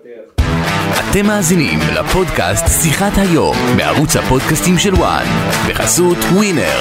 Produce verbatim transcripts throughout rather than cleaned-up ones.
אתם מאזינים לפודקאסט שיחת היום בערוץ הפודקאסטים של וואן בחסות ווינר.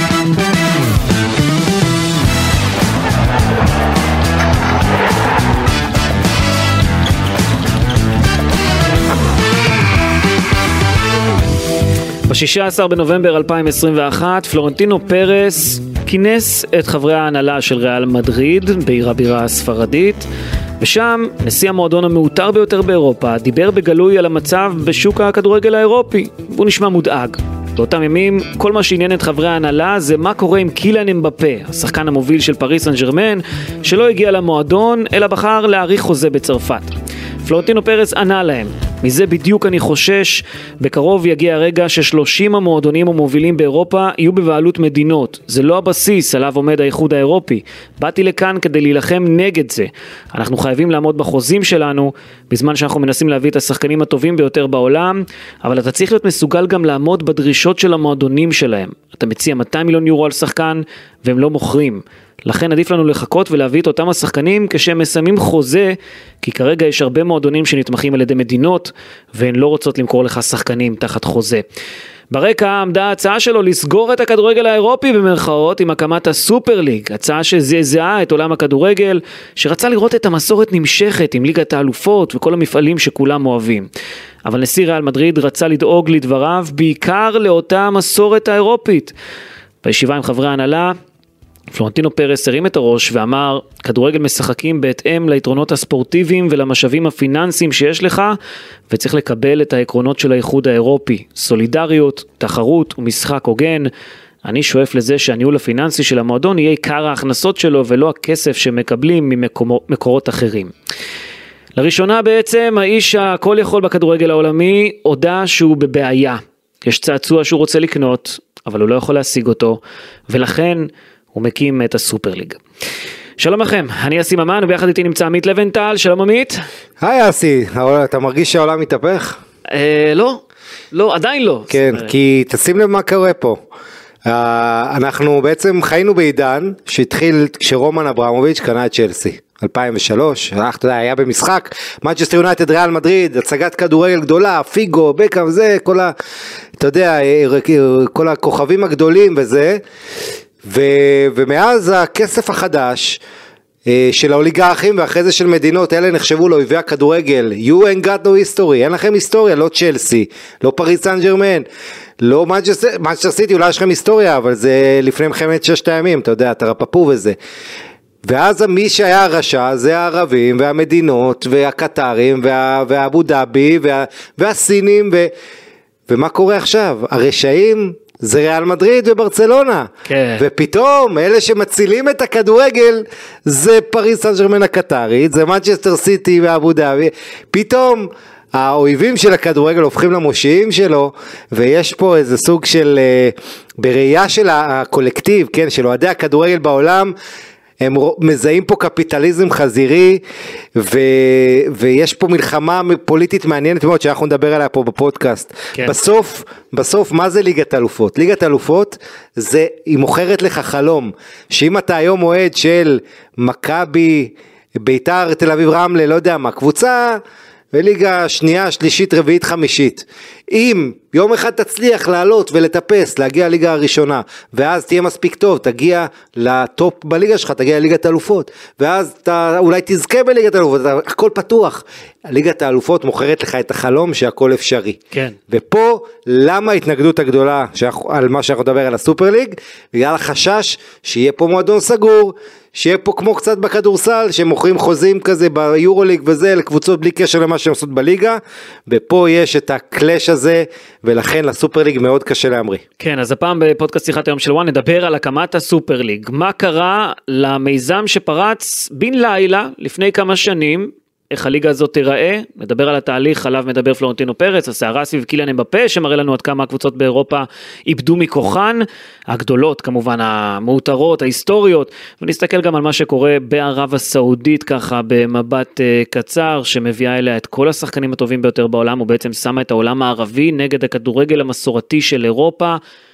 ב-שישה עשר בנובמבר אלפיים עשרים ואחת פלורנטינו פרס כינס את חברי ההנהלה של ריאל מדריד בעיר הבירה הספרדית, ושם נשיא המועדון המעוטר ביותר באירופה דיבר בגלוי על המצב בשוק הכדורגל האירופי, והוא נשמע מודאג. באותם ימים כל מה שעניין את חברי ההנהלה זה מה קורה עם קילן אמבפה, השחקן המוביל של פריס סן ז'רמן, שלא הגיע למועדון אלא בחר להאריך חוזה בצרפת. פלורנטינו פרס ענה להם, מזה בדיוק אני חושש, בקרוב יגיע הרגע ששלושים המועדונים המובילים באירופה יהיו בבעלות מדינות. זה לא הבסיס עליו עומד האיחוד האירופי. באתי לכאן כדי להילחם נגד זה. אנחנו חייבים לעמוד בחוזים שלנו, בזמן שאנחנו מנסים להביא את השחקנים הטובים ביותר בעולם, אבל אתה צריך להיות מסוגל גם לעמוד בדרישות של המועדונים שלהם. אתה מציע מאתיים מיליון יורו על שחקן, והם לא מוכרים. לכן עדיף לנו לחכות ולהביא את אותם השחקנים כשהם מסיימים חוזה, כי כרגע יש הרבה מועדונים שנתמכים על ידי מדינות, והן לא רוצות למכור לך שחקנים תחת חוזה. ברקע עמדה ההצעה שלו לסגור את הכדורגל האירופי במרכאות עם הקמת הסופר ליג, הצעה שזעזעה את עולם הכדורגל, שרצה לראות את המסורת נמשכת עם ליגת האלופות וכל המפעלים שכולם אוהבים. אבל נשיא ריאל מדריד רצה לדאוג לדבריו בעיקר לאותה המסורת האירופית. בישיבה עם חברי ההנהלה, פלורנטינו פרס הרים את הראש ואמר, כדורגל משחקים בהתאם ליתרונות הספורטיביים ולמשאבים הפיננסיים שיש לך, וצריך לקבל את העקרונות של האיחוד האירופי, סולידריות, תחרות ומשחק הוגן. אני שואף לזה שהניהול הפיננסי של המועדון יהיה עיקר ההכנסות שלו ולא הכסף שמקבלים ממקורות אחרים. לראשונה בעצם האיש הכל יכול בכדורגל העולמי הודע שהוא בבעיה. יש צעצוע שהוא רוצה לקנות, אבל הוא לא יכול להשיג אותו, ולכן הוא מקים את הסופר ליג. שלום לכם, אני אסי ממן, וביחד איתי נמצא עמית לבנטל. שלום עמית. היי אסי, אתה מרגיש שהעולם מתהפך? אה, לא, לא, עדיין לא. כן, כי תשים לב מה קורה פה. אנחנו בעצם חיינו בעידן שהתחיל כשרומן אברמוביץ' קנה את צ'לסי. אלפיים ושלוש, אתה יודע, היה במשחק, מנצ'סטר יונייטד, ריאל מדריד, הצגת כדורגל גדולה, פיגו, בקאם, זה, כל ה, אתה יודע, כל הכוכבים הגדולים וזה, ו, ומאז הכסף החדש של האוליגרכים ואחרי זה של מדינות, אלה נחשבו לאויבי הכדורגל. You ain't got no history, אין לכם היסטוריה, לא צ'לסי, לא פריס סן ז'רמן, לא מנצ'סטר סיטי, אולי יש לכם היסטוריה, אבל זה לפני מלחמת ששת הימים, אתה יודע, תרפפו וזה. ואז מי שהיה הרשע זה הערבים והמדינות והקטרים וה, והאבו דאבי וה, והסינים ו, ומה קורה עכשיו? הרשעים זה ריאל מדריד וברצלונה, כן. ופתאום אלה שמצילים את הכדורגל זה פריס סן ז'רמן הקטרית, זה מנצ'סטר סיטי ואבו דאבי, פתאום האויבים של הכדורגל הופכים למושיעים שלו, ויש פה איזה סוג של, בראייה של הקולקטיב, כן, של אוהדי הכדורגל בעולם, הם מזהים פה קפיטליזם חזירי, ו... ויש פה מלחמה פוליטית מעניינת מאוד, שאנחנו נדבר עליה פה בפודקאסט. כן. בסוף, בסוף, מה זה ליגת אלופות? ליגת אלופות, זה, היא מוכרת לך חלום, שאם אתה היום אוהד של מכבי, ביתר, תל אביב, רמלה, לא יודע מה, קבוצה, וליגה שנייה, שלישית, רביעית, חמישית. אם יום אחד תצליח לעלות ולטפס, להגיע לליגה הראשונה, ואז תהיה מספיק טוב, תגיע לטופ בליגה שלך, תגיע לליגת האלופות, ואז אתה אולי תזכה בליגת האלופות, הכל פתוח. ליגת האלופות מוכרת לך את החלום שהכל אפשרי. כן. ופה, למה ההתנגדות הגדולה על מה שאנחנו נדבר על הסופר ליג? בגלל החשש שיהיה פה מועדון סגור, שיהיה פה כמו קצת בכדורסל, שמוכרים חוזים כזה ביורוליג וזה, לקבוצות בלי קשר למה שהם עושות בליגה, ופה יש את הקלאש הזה, ולכן לסופר ליג מאוד קשה להמריא. כן, אז הפעם בפודקאסט שיחת היום של וואן נדבר על הקמת הסופר ליג. מה קרה למיזם שפרץ בן לילה לפני כמה שנים, איך הליגה הזאת תיראה, נדבר על התהליך עליו מדבר פלורנטינו פרס, הסערה סביב קילן אמבפה, שמראה לנו עד כמה הקבוצות באירופה איבדו מכוחן, הגדולות כמובן, המעוטרות, ההיסטוריות, ונסתכל גם על מה שקורה בערב הסעודית ככה במבט uh, קצר, שמביאה אליה את כל השחקנים הטובים ביותר בעולם, ובעצם שמה את העולם הערבי נגד הכדורגל המסורתי של אירופה,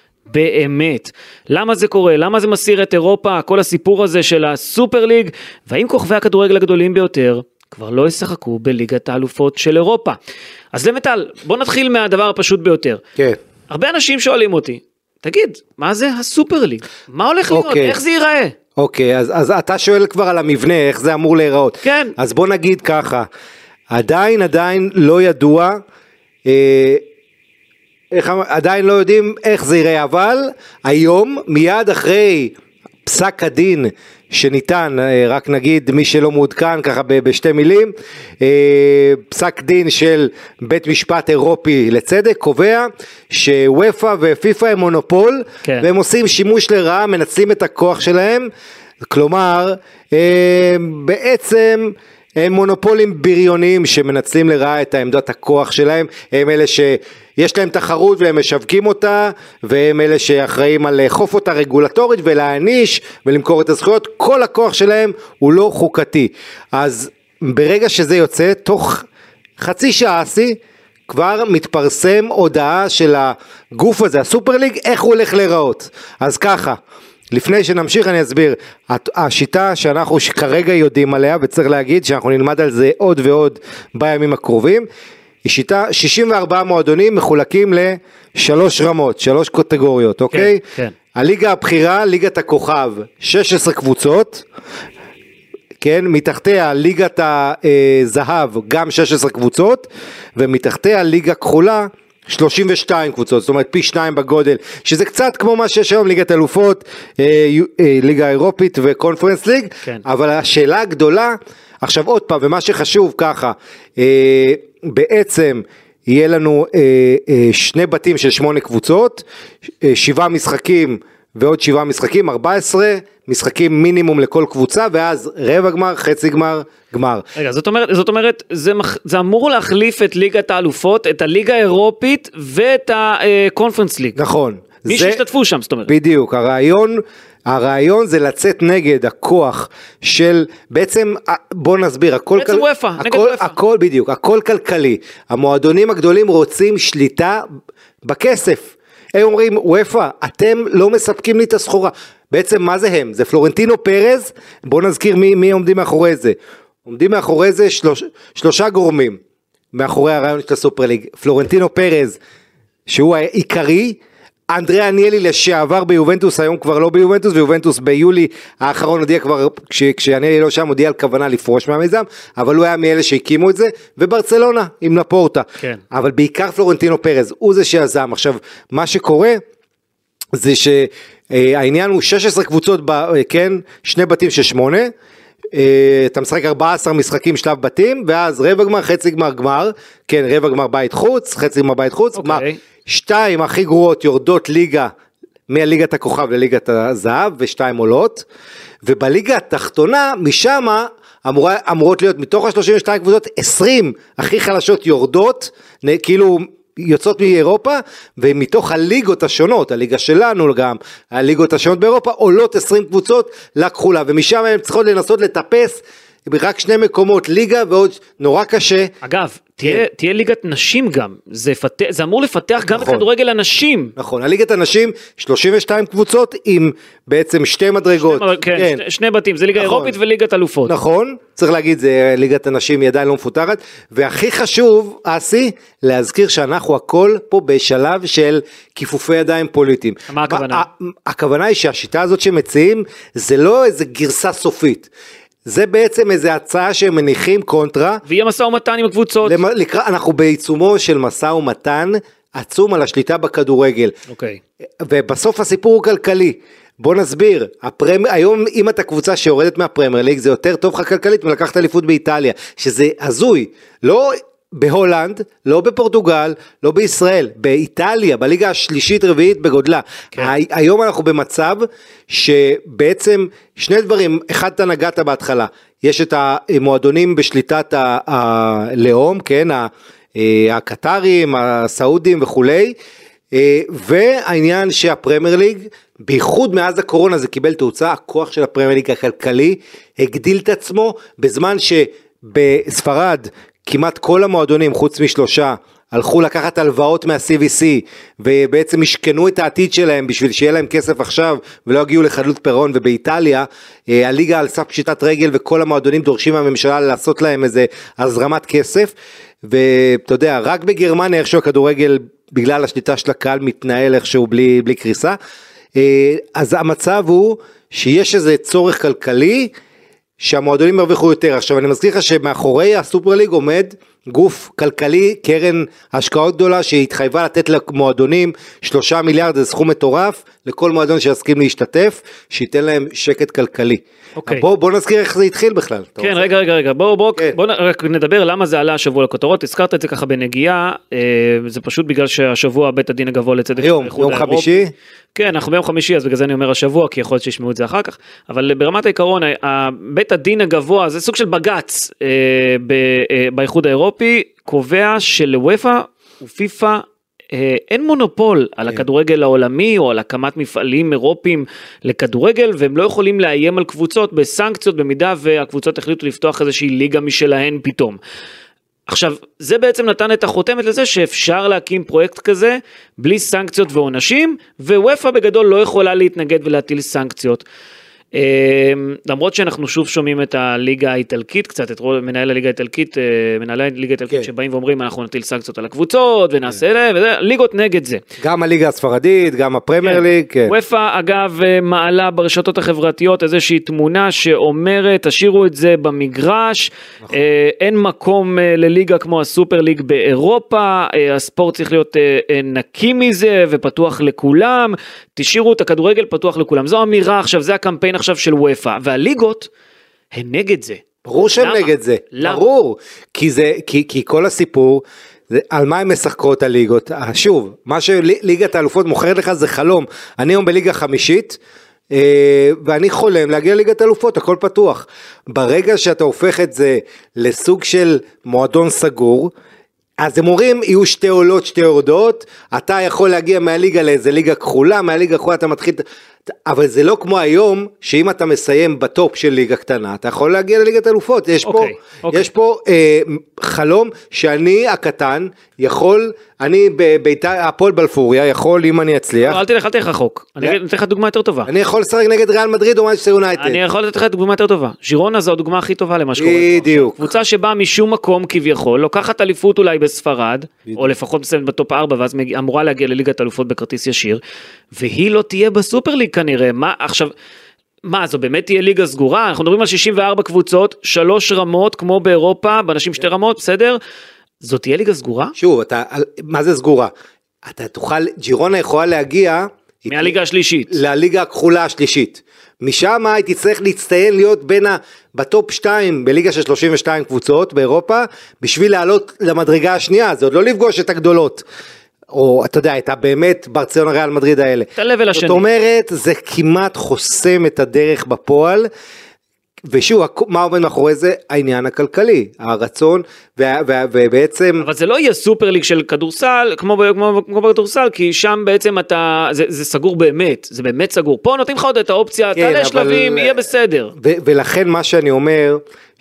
באמת. למה זה קורה? למה זה מסיר את אירופה? כל הסיפור הזה של הסופר ליג, והאם כוכבי הכדורגל הגדולים ביותר כבר לא ישחקו בליגת האלופות של אירופה. אז למטל, בוא נתחיל מהדבר הפשוט ביותר. כן. הרבה אנשים שואלים אותי, תגיד, מה זה הסופר ליג? מה הולך להיות? אוקיי. איך זה ייראה? אוקיי, אז, אז אתה שואל כבר על המבנה, איך זה אמור להיראות. כן. אז בוא נגיד ככה, עדיין עדיין לא ידוע, אה, איך, עדיין לא יודעים איך זה ייראה, אבל היום מיד אחרי פסק הדין שניתן, רק נגיד מי שלא מעודכן ככה בשתי מילים, פסק דין של בית משפט אירופי לצדק קובע שוופא ופיפא הם מונופול, כן. והם עושים שימוש לרעה, מנצלים את הכוח שלהם, כלומר בעצם הם מונופולים בריוניים שמנצלים לרעה את העמדת הכוח שלהם, הם אלה שיש להם תחרות והם משווקים אותה, והם אלה שאחראים על לאכוף אותה רגולטורית ולהעניש ולמכור את הזכויות, כל הכוח שלהם הוא לא חוקתי. אז ברגע שזה יוצא, תוך חצי שעה עשי, כבר מתפרסם הודעה של הגוף הזה, הסופר ליג, איך הוא הולך להיראות. אז ככה, לפני שנמשיך אני אסביר, השיטה שאנחנו כרגע יודעים עליה, וצריך להגיד שאנחנו נלמד על זה עוד ועוד בימים הקרובים, היא שיטה, שישים וארבעה מועדונים מחולקים לשלוש רמות, שלוש קטגוריות, אוקיי? כן, כן. הליגה הבכירה, ליגת הכוכב, שש עשרה קבוצות, כן, מתחתיה ליגת הזהב, גם שש עשרה קבוצות, ומתחתיה ליגה כחולה, שלושים ושתיים קבוצות, זאת אומרת פי שניים בגודל, שזה קצת כמו מה שיש היום ליגת אלופות, אה, אה, ליגה אירופית וקונפרנס ליג, כן. אבל השאלה הגדולה, עכשיו עוד פעם, ומה שחשוב ככה, אה, בעצם יהיה לנו אה, אה, שני בתים של שמונה קבוצות, אה, שבעה משחקים ועוד שבעה משחקים, ארבע עשרה משחקים מינימום לכל קבוצה, ואז רבע גמר, חצי גמר, גמר. רגע, זאת אומרת, זאת אומרת, זה, מח, זה אמור להחליף את ליגת האלופות, את הליגה האירופית ואת הקונפרנס ליג. נכון. מי זה, שהשתתפו שם, זאת אומרת. בדיוק, הרעיון, הרעיון זה לצאת נגד הכוח של, בעצם, בוא נסביר, הכל, בעצם וופא, נגד הכל, וופא. הכל, בדיוק, הכל כלכלי. המועדונים הגדולים רוצים שליטה בכסף. הם אומרים, וופא, אתם לא מספקים לי את הסחורה. בעצם מה זה הם? זה פלורנטינו פרז, בוא נזכיר מי, מי עומדים מאחורי זה. עומדים מאחורי זה שלוש, שלושה גורמים, מאחורי הרעיון של הסופר ליג. פלורנטינו פרז, שהוא העיקרי, אנדריה ניאלי לשעבר ביובנטוס, היום כבר לא ביובנטוס, ויובנטוס ביולי האחרון הודיע כבר, כש, כשאניאלי לא שם, הודיע על כוונה לפרוש מהמיזם, אבל הוא היה מאלה שהקימו את זה, וברצלונה עם לפורטה. כן. אבל בעיקר פלורנטינו פרז, הוא זה שיזם. עכשיו, מה שקורה, זה שהעניין הוא שש עשרה קבוצות, כן, שני בתים של שמונה, אתה משחק ארבעה עשר משחקים שלב בתים, ואז רבע גמר, חצי גמר, גמר, כן, רבע גמר בית חוץ, חצי גמר בית חוץ, גמר. שתיים הכי גרועות יורדות ליגה, מהליגת הכוכב לליגת הזהב, ושתיים עולות, ובליגה התחתונה, משם אמור, אמורות להיות מתוך ה-שלושים ושתיים קבוצות, עשרים הכי חלשות יורדות, כאילו יוצאות מאירופה, ומתוך הליגות השונות, הליגה שלנו גם, הליגות השונות באירופה, עולות עשרים קבוצות לכחולה, ומשם הם צריכות לנסות לטפס, רק שני מקומות ליגה ועוד נורא קשה. אגב, תהיה, תהיה ליגת נשים גם, זה, פתח, זה אמור לפתח גם נכון. את כדורגל הנשים. נכון, הליגת הנשים, שלושים ושתיים קבוצות עם בעצם שתי מדרגות. שני, כן, כן. שני, שני בתים, זה ליגה נכון. אירופית וליגת אלופות. נכון, צריך להגיד, זה ליגת הנשים היא עדיין לא מפותחת, והכי חשוב, אסי, להזכיר שאנחנו הכל פה בשלב של כיפופי ידיים פוליטיים. מה הכוונה? הכוונה היא שהשיטה הזאת שמציעים, זה לא איזה גרסה סופית. זה בעצם איזו הצעה שהם מניחים קונטרה. ויהיה מסע ומתן עם הקבוצות. למ... לקרא... אנחנו בעיצומו של מסע ומתן עצום על השליטה בכדורגל. אוקיי. ובסוף הסיפור הוא כלכלי. בוא נסביר. הפרמ... היום אם אתה קבוצה שיורדת מהפרמייר ליג, זה יותר טוב לך כלכלית מלקחת אליפות באיטליה. שזה הזוי. לא בהולנד, לא בפורטוגל, לא בישראל. באיטליה, בליגה השלישית רביעית בגודלה. כן. ה... היום אנחנו במצב שבעצם שני דברים, אחד אתה נגעת בהתחלה, יש את המועדונים בשליטת הלאום, כן, הקטרים, הסעודים וכולי, והעניין שהפרמייר ליג, בייחוד מאז הקורונה זה קיבל תאוצה, הכוח של הפרמייר ליג הכלכלי הגדיל את עצמו, בזמן שבספרד, כמעט כל המועדונים, חוץ משלושה, הלכו לקחת הלוואות מה-סי וי סי, ובעצם השכנו את העתיד שלהם, בשביל שיהיה להם כסף עכשיו, ולא הגיעו לחדלות פירעון, ובאיטליה, הליגה על סף פשיטת רגל, וכל המועדונים דורשים מהממשלה לעשות להם איזה הזרמת כסף, ואתה יודע, רק בגרמניה איכשהו הכדורגל, בגלל השליטה של הקהל, מתנהל איכשהו בלי, בלי קריסה, אז המצב הוא, שיש איזה צורך כלכלי, שהמועדונים ירוויחו יותר. עכשיו אני מזכיר לך שמאחורי הסופר ליג עומד גוף כלכלי, קרן השקעות גדולה שהתחייבה לתת למועדונים שלושה מיליארד, זה סכום מטורף, לכל מועדון שיסכים להשתתף, שייתן להם שקט כלכלי. Okay. בוא, בוא נזכיר איך זה התחיל בכלל. כן, רגע, רגע, רגע, בוא, בוא, כן. בוא רק נדבר למה זה עלה השבוע לכותרות, הזכרת את זה ככה בנגיעה, זה פשוט בגלל שהשבוע בית הדין הגבוה לצדק היום, יום חמישי? כן, אנחנו ביום חמישי, אז בגלל זה אני אומר השבוע, כי יכול להיות שישמעו את זה אחר כך, אבל ברמת העיקרון, בית הדין הגבוה, זה סוג של בגץ באיחוד האירופי, קובע שלוופא ופיפא, אין מונופול על הכדורגל העולמי או על הקמת מפעלים אירופיים לכדורגל, והם לא יכולים לאיים על קבוצות בסנקציות במידה והקבוצות החליטו לפתוח איזושהי ליגה משלהן פתאום. עכשיו, זה בעצם נתן את החותמת לזה שאפשר להקים פרויקט כזה בלי סנקציות ועונשים, ווופא בגדול לא יכולה להתנגד ולהטיל סנקציות. למרות שאנחנו שוב שומעים את הליגה האיטלקית, קצת את מנהל הליגה האיטלקית, מנהלי הליגה האיטלקית שבאים ואומרים אנחנו נטיל סנקציות על הקבוצות ונעשה להם, ליגות נגד זה. גם הליגה הספרדית, גם הפרמייר ליג. וופא אגב מעלה ברשתות החברתיות איזושהי תמונה שאומרת, תשאירו את זה במגרש, אין מקום לליגה כמו הסופר ליג באירופה, הספורט צריך להיות נקי מזה ופתוח לכולם, תשאירו את הכדורגל פתוח לכולם. זו אמירה עכשיו, זה הקמפיין עכשיו של וופא, והליגות הן נגד זה. ברור שהן נגד זה, למה? ברור, כי, זה, כי, כי כל הסיפור, זה, על מה הן משחקות הליגות, שוב, מה שליגת האלופות מוכרת לך זה חלום, אני היום בליגה חמישית, ואני חולם להגיע לליגת האלופות, הכל פתוח, ברגע שאתה הופך את זה לסוג של מועדון סגור, אז הם אומרים, יהיו שתי עולות, שתי יורדות, אתה יכול להגיע מהליגה לאיזה ליגה כחולה, מהליגה כחולה אתה מתחיל, אבל זה לא כמו היום, שאם אתה מסיים בטופ של ליגה קטנה, אתה יכול להגיע לליגת אלופות, יש פה, okay, okay. יש פה אה, חלום שאני הקטן יכול, אני בביתה, הפועל בלפוריה, יכול אם אני אצליח. אל תלך, אל תלך רחוק, אני אתן לך דוגמה יותר טובה. אני יכול לשחק נגד ריאל מדריד או מנצ'סטר יונייטד. אני יכול לתת לך דוגמה יותר טובה, ז'ירונה זו הדוגמה הכי טובה למה שקורה. בדיוק. קבוצה שבאה משום מקום כביכול, לוקחת אליפות אולי בספרד, או לפחות מסיימת בטופ ארבע, ואז אמורה להגיע לליגת אלופות בכרטיס ישיר, והיא לא תהיה בסופר ליג כנראה. מה עכשיו, מה זו באמת תהיה ליגה סגורה? אנחנו מדברים על שישים וארבע קבוצות, שלוש רמות כמו באירופה, באנשים שתי רמות, בסדר? זאת תהיה ליגה סגורה? שוב, אתה, מה זה סגורה? אתה תוכל, ג'ירונה יכולה להגיע מהליגה השלישית. לליגה הכחולה השלישית. משם היא תצטרך להצטיין להיות בין ה... בטופ שתיים בליגה של שלושים ושתיים קבוצות באירופה, בשביל לעלות למדרגה השנייה, זה עוד לא לפגוש את הגדולות. או אתה יודע, אתה באמת ברצלונה ריאל מדריד האלה. את הלבל השני. זאת אומרת, זה כמעט חוסם את הדרך בפועל, ושוב, מה עומד מאחורי זה? העניין הכלכלי, הרצון, ובעצם... אבל זה לא יהיה סופר ליג של כדורסל, כמו, כמו, כמו בכדורסל, כי שם בעצם אתה, זה, זה סגור באמת, זה באמת סגור. פה נותנים לך עוד את האופציה, כן, תעלה שלבים, יהיה בסדר. ו- ולכן מה שאני אומר,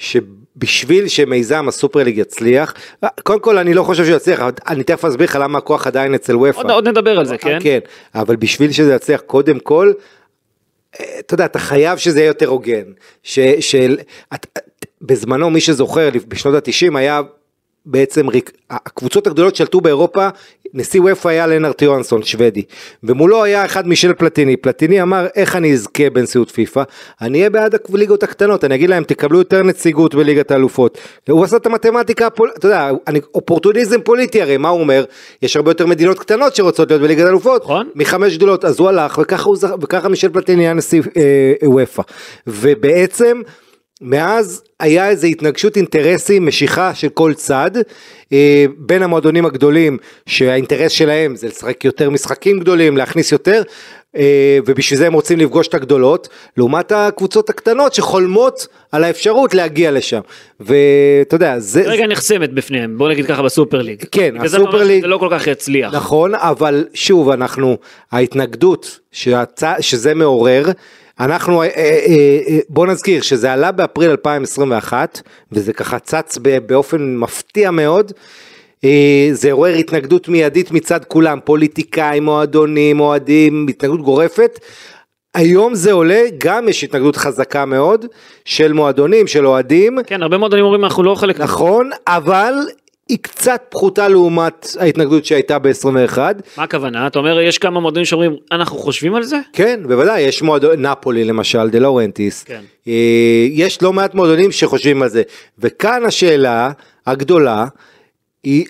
שבשביל שמיזם הסופר ליג יצליח, קודם כל אני לא חושב שהוא יצליח, אני תכף אסביר לך למה הכוח עדיין אצל וופא. עוד, עוד נדבר על זה, כן? כן, אבל בשביל שזה יצליח קודם כל, אתה יודע, אתה חייב שזה יהיה יותר הוגן, של, את, בזמנו מי שזוכר, בשנות ה-תשעים היה בעצם, הקבוצות הגדולות שלטו באירופה, נשיא וופא היה לנארט יוהנסון, שוודי, ומולו היה אחד מישל פלטיני, פלטיני אמר, איך אני אזכה בנשיאות פיפא, אני אהיה בעד הליגות הקטנות, אני אגיד להם, תקבלו יותר נציגות בליגת האלופות, הוא עשה את המתמטיקה, אתה יודע, אופורטוניזם פוליטי, הרי מה הוא אומר, יש הרבה יותר מדינות קטנות שרוצות להיות בליגת האלופות, מחמש גדולות, אז הוא הלך, וככה, הוא, וככה מישל פלטיני היה נשיא אה, וופא, ובעצם, מאז היה איזו התנגשות אינטרסים, משיכה של כל צד, אה, בין המועדונים הגדולים, שהאינטרס שלהם זה לשחק יותר משחקים גדולים, להכניס יותר, אה, ובשביל זה הם רוצים לפגוש את הגדולות, לעומת הקבוצות הקטנות שחולמות על האפשרות להגיע לשם. ואתה יודע, זה... רגע נחסמת בפניהם, בוא נגיד ככה בסופר ליג. כן, הסופר ליג... זה לא כל כך יצליח. נכון, אבל שוב, אנחנו, ההתנגדות שהצ... שזה מעורר, אנחנו, בוא נזכיר שזה עלה באפריל אלפיים עשרים ואחת, וזה ככה צץ באופן מפתיע מאוד, זה עורר התנגדות מיידית מצד כולם, פוליטיקאים, מועדונים, מועדים, התנגדות גורפת, היום זה עולה, גם יש התנגדות חזקה מאוד, של מועדונים, של אוהדים. כן, הרבה מועדונים אומרים, אנחנו לא חלק. נכון, אבל היא קצת פחותה לעומת ההתנגדות שהייתה ב-עשרים ואחת. מה הכוונה? אתה אומר, יש כמה מועדונים שאומרים, אנחנו חושבים על זה? כן, בוודאי, יש מועדון, נפולי למשל, דה לורנטיס. כן. יש לא מעט מועדונים שחושבים על זה. וכאן השאלה הגדולה, היא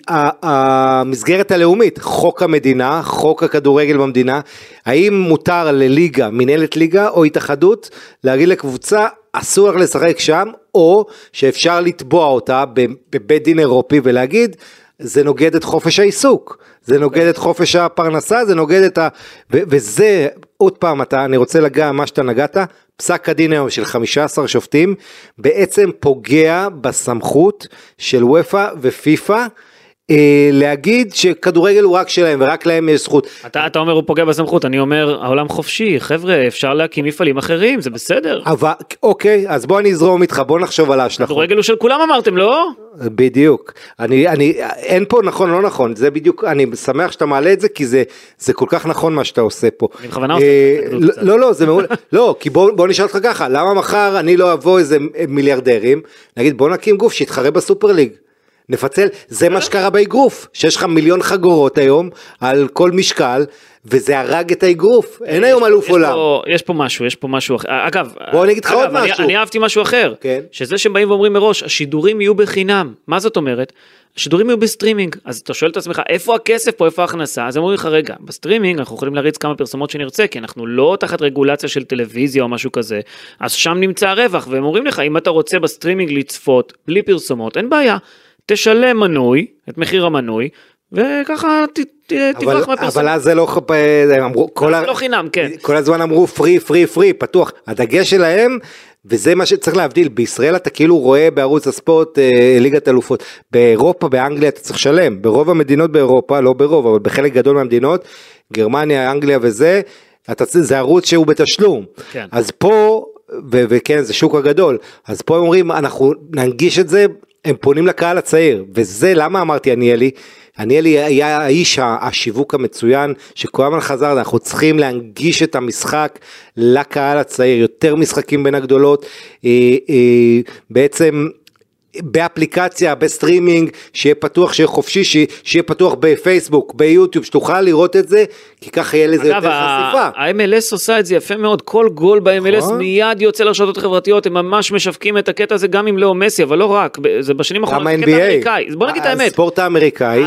המסגרת הלאומית, חוק המדינה, חוק הכדורגל במדינה, האם מותר לליגה, מנהלת ליגה או התאחדות, להגיד לקבוצה, אסור לך לשחק שם, או שאפשר לתבוע אותה בבית דין אירופי ולהגיד, זה נוגד את חופש העיסוק, זה נוגד את חופש הפרנסה, זה נוגד את ה... ו- וזה, עוד פעם, אתה, אני רוצה לגע מה שאתה נגעת, פסק הדין היום של חמישה עשר שופטים, בעצם פוגע בסמכות של וופא ופיפא, אה, להגיד שכדורגל הוא רק שלהם, ורק להם יש זכות. אתה, אתה אומר הוא פוגע בסמכות, אני אומר, העולם חופשי, חבר'ה, אפשר להקים מפעלים אחרים, זה בסדר. אבל, אוקיי, אז בוא אני אזרום איתך, בוא נחשוב על ההשלכות. כדורגל הוא של כולם אמרתם, לא? בדיוק. אני, אני, אין פה נכון, לא נכון, זה בדיוק, אני שמח שאתה מעלה את זה, כי זה, זה כל כך נכון מה שאתה עושה פה. אני בכוונה עושה את זה. לא, לא, זה מעולה. לא, כי בוא, בוא נשאל אותך ככה, למה מחר אני לא אבוא איזה מיליארדרים, נגיד בוא נקים גוף שיתחרה בסופר ליג. נפצל, זה מה שקרה באגרוף, שיש לך מיליון חגורות היום על כל משקל, וזה הרג את האגרוף, אין היום אלוף עולם. יש פה משהו, יש פה משהו אחר, אגב, בוא אני אגיד לך עוד משהו. אני אהבתי משהו אחר, שזה שהם באים ואומרים מראש, השידורים יהיו בחינם, מה זאת אומרת? השידורים יהיו בסטרימינג, אז אתה שואל את עצמך, איפה הכסף פה, איפה ההכנסה? אז הם אומרים לך, רגע, בסטרימינג אנחנו יכולים להריץ כמה פרסומות שנרצה, כי אנחנו לא תחת רגולציה של טלוויזיה או משהו כזה, אז שם נמצא הרווח, והם אומרים לך, אם אתה רוצה בסטרימינג לצפות, בלי פרסומות, אין בעיה, תשלם מנוי, את מחיר המנוי, וככה תברח מהפרסומות. אבל אז זה לא, אמרו, כל זה לא חינם, כן. כל הזמן אמרו פרי, פרי, פרי, פתוח. הדגש שלהם, וזה מה שצריך להבדיל, בישראל אתה כאילו רואה בערוץ הספורט ליגת אלופות, באירופה, באנגליה אתה צריך לשלם, ברוב המדינות באירופה, לא ברוב, אבל בחלק גדול מהמדינות, גרמניה, אנגליה וזה, זה ערוץ שהוא בתשלום. כן. אז פה, וכן, זה שוק הגדול, אז פה אומרים, אנחנו ננגיש את זה, הם פונים לקהל הצעיר, וזה למה אמרתי עניאלי, עניאלי היה האיש השיווק המצוין, שכל הזמן חזר, אנחנו צריכים להנגיש את המשחק לקהל הצעיר, יותר משחקים בין הגדולות, בעצם באפליקציה, בסטרימינג, שיהיה פתוח, שיהיה חופשי, שיהיה פתוח בפייסבוק, ביוטיוב, שתוכל לראות את זה, כי ככה יהיה לזה יותר חשיפה. ה-אם אל אס עושה את זה יפה מאוד, כל גול ב-אם אל אס מיד יוצא לרשתות חברתיות, הם ממש משווקים את הקטע הזה גם אם לא מסי, אבל לא רק, זה בשנים האחרונות, זה קטע אמריקאי, בוא נגיד את האמת. הספורט האמריקאי.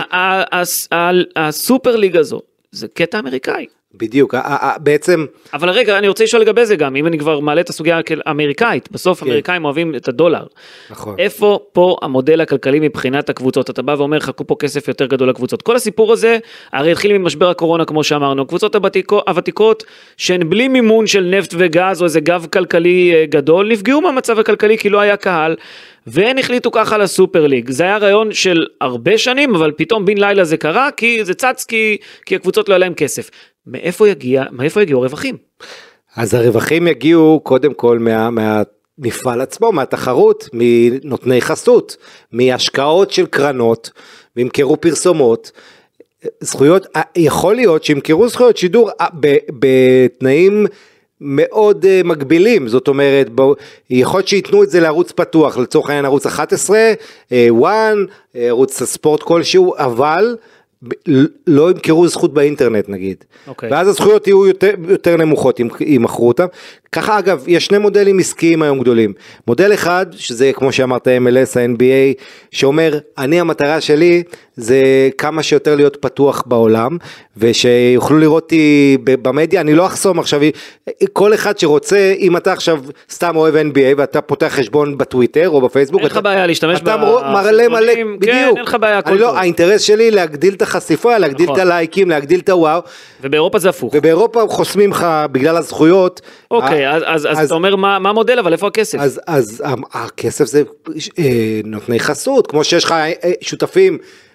הסופר ליג הזו, זה קטע אמריקאי. בדיוק, בעצם... אבל רגע, אני רוצה לשאול לגבי זה גם, אם אני כבר מעלה את הסוגיה האמריקאית, בסוף האמריקאים אוהבים את הדולר. נכון. איפה פה המודל הכלכלי מבחינת הקבוצות? אתה בא ואומר, חכו פה כסף יותר גדול לקבוצות. כל הסיפור הזה, הרי התחיל ממשבר הקורונה, כמו שאמרנו, הקבוצות הוותיקות, שהן בלי מימון של נפט וגז, או איזה גב כלכלי גדול, נפגעו מהמצב הכלכלי, כי לא היה קהל, והן החליטו ככה לסופר ליג. זה היה רעיון של הרבה שנים, אבל פתאום בין לילה זה קרה, כי זה צץ, כי, כי הקבוצות לא היה להם כסף. מאיפה יגיע, מאיפה יגיעו הרווחים? אז הרווחים יגיעו קודם כל מה, מהמפעל עצמו, מהתחרות, מנותני חסות, מהשקעות של קרנות, וימכרו פרסומות, זכויות, יכול להיות שימכרו זכויות שידור בתנאים מאוד uh, מגבילים, זאת אומרת, בוא, יכול להיות שיתנו את זה לערוץ פתוח, לצורך העניין ערוץ אחת עשרה, וואן, uh, ערוץ הספורט כלשהו, אבל לא ימכרו זכות באינטרנט נגיד, okay. ואז הזכויות יהיו יותר, יותר נמוכות אם, אם מכרו אותם. ככה אגב, יש שני מודלים עסקיים היום גדולים, מודל אחד שזה כמו שאמרת ה-אם אל אס, ה-אן בי איי, שאומר אני המטרה שלי זה כמה שיותר להיות פתוח בעולם, ושיוכלו לראות אותי במדיה, אני לא אחסום עכשיו, כל אחד שרוצה, אם אתה עכשיו סתם אוהב אן בי איי, ואתה פותח חשבון בטוויטר או בפייסבוק, אין לך בעיה להשתמש בסרטונים, כן, אין לך בעיה, האינטרס שלי להגדיל את החשיפה, להגדיל את הלייקים, להגדיל את הוואו, ובאירופה זה הפוך. ובאירופה חוסמים לך בגלל הזכויות. אוקיי, אז אתה אומר מה המודל, אבל איפה הכסף? אז הכסף זה נותני חסות, כמו שיש לך שותפים,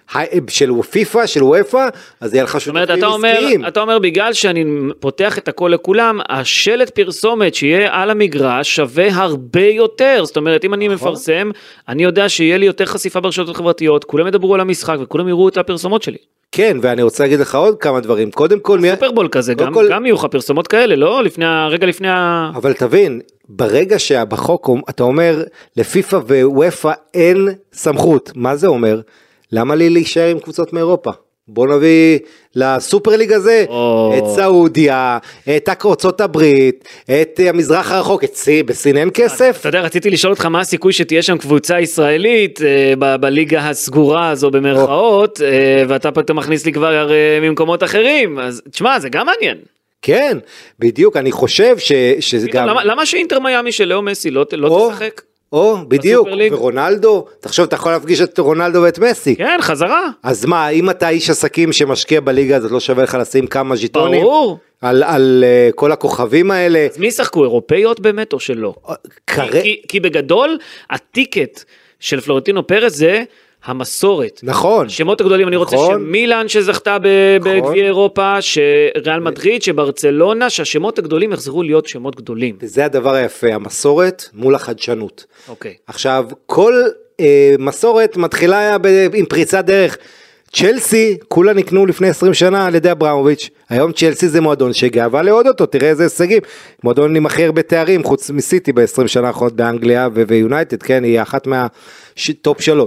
של פיפה, של וופא, אז יהיה לך שותפים עסקיים. אתה אומר, בגלל שאני פותח את הכל לכולם, השלט פרסומת שיהיה על המגרש שווה הרבה יותר, זאת אומרת, אם אני מפרסם, אני יודע שיהיה לי יותר חשיפה ברשתות החברתיות, כולם ידברו על המשחק, וכולם יראו את הפרסומות שלי. כן, ואני רוצה להגיד לך עוד כמה דברים. קודם כל... סופרבול כזה, גם, כל... גם יהיו לך פרסומות כאלה, לא? לפני, רגע לפני ה... אבל תבין, ברגע שבחוק אתה אומר, לפיפה ווופא אין סמכות, מה זה אומר? למה לי להישאר עם קבוצות מאירופה? בוא נביא לסופר ליג הזה, oh. את סעודיה, את ארצות הברית, את המזרח הרחוק, את סין, בסין אין כסף. אתה יודע, רציתי לשאול אותך מה הסיכוי שתהיה שם קבוצה ישראלית, ב- בליגה הסגורה הזו במרכאות, oh. ואתה פתאום מכניס לי כבר ממקומות אחרים, אז תשמע, זה גם מעניין. כן, בדיוק, אני חושב ש- שזה גם... למה, למה שאינטר מיאמי של לאו מסי לא, לא oh. תשחק? או, בדיוק, ורונלדו, תחשוב, אתה יכול להפגיש את רונלדו ואת מסי. כן, חזרה. אז מה, אם אתה איש עסקים שמשקיע בליגה הזאת, לא שווה לך לשים כמה ז'יטונים? ברור. על, על uh, כל הכוכבים האלה. אז מי שחקו, אירופאיות באמת או שלא? כר... כי, כי בגדול, הטיקט של פלורנטינו פרס זה... המסורת. נכון. שמות הגדולים, אני רוצה נכון. שמילאן שזכתה בגביע אירופה, שריאל מדריד, שברצלונה, שהשמות הגדולים יחזרו להיות שמות גדולים. וזה הדבר היפה, המסורת מול החדשנות. אוקיי. עכשיו, כל אה, מסורת מתחילה היה ב, עם פריצת דרך. צ'לסי, כולה נקנו לפני עשרים שנה על ידי אברמוביץ'. היום צ'לסי זה מועדון שגאווה לעוד אותו, תראה איזה הישגים. מועדון עם הכי הרבה תארים, חוץ מסיטי ב-עשרים שנה האחרונות באנגליה ויונייטד, כן, היא אחת מהטופ שלוש.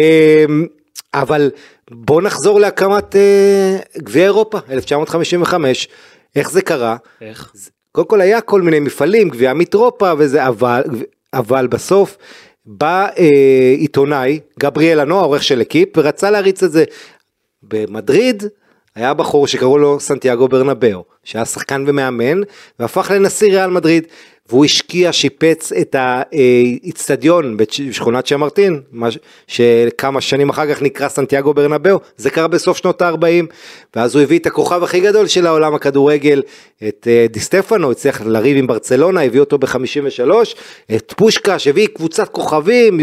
אבל בוא נחזור להקמת גביע אירופה, אלף תשע מאות חמישים וחמש. איך זה קרה? איך? קודם כל היה כל מיני מפעלים, גביע מיטרופה וזה, אבל, אבל בסוף... בא אה, עיתונאי, גבריאל הנוע, עורך של אקיפ, ורצה להריץ את זה. במדריד היה בחור שקראו לו סנטיאגו ברנבאו, שהיה שחקן ומאמן, והפך לנשיא ריאל מדריד, והוא השקיע, שיפץ את האצטדיון בשכונת שמרטין, שכמה שנים אחר כך נקרא סנטיאגו ברנבאו, זה קרה בסוף שנות ה-ארבעים, ואז הוא הביא את הכוכב הכי גדול של העולם הכדורגל, את די סטפנו, הצליח לריב עם ברצלונה, הביא אותו ב-חמישים ושלוש, את פושקה, שהביא קבוצת כוכבים,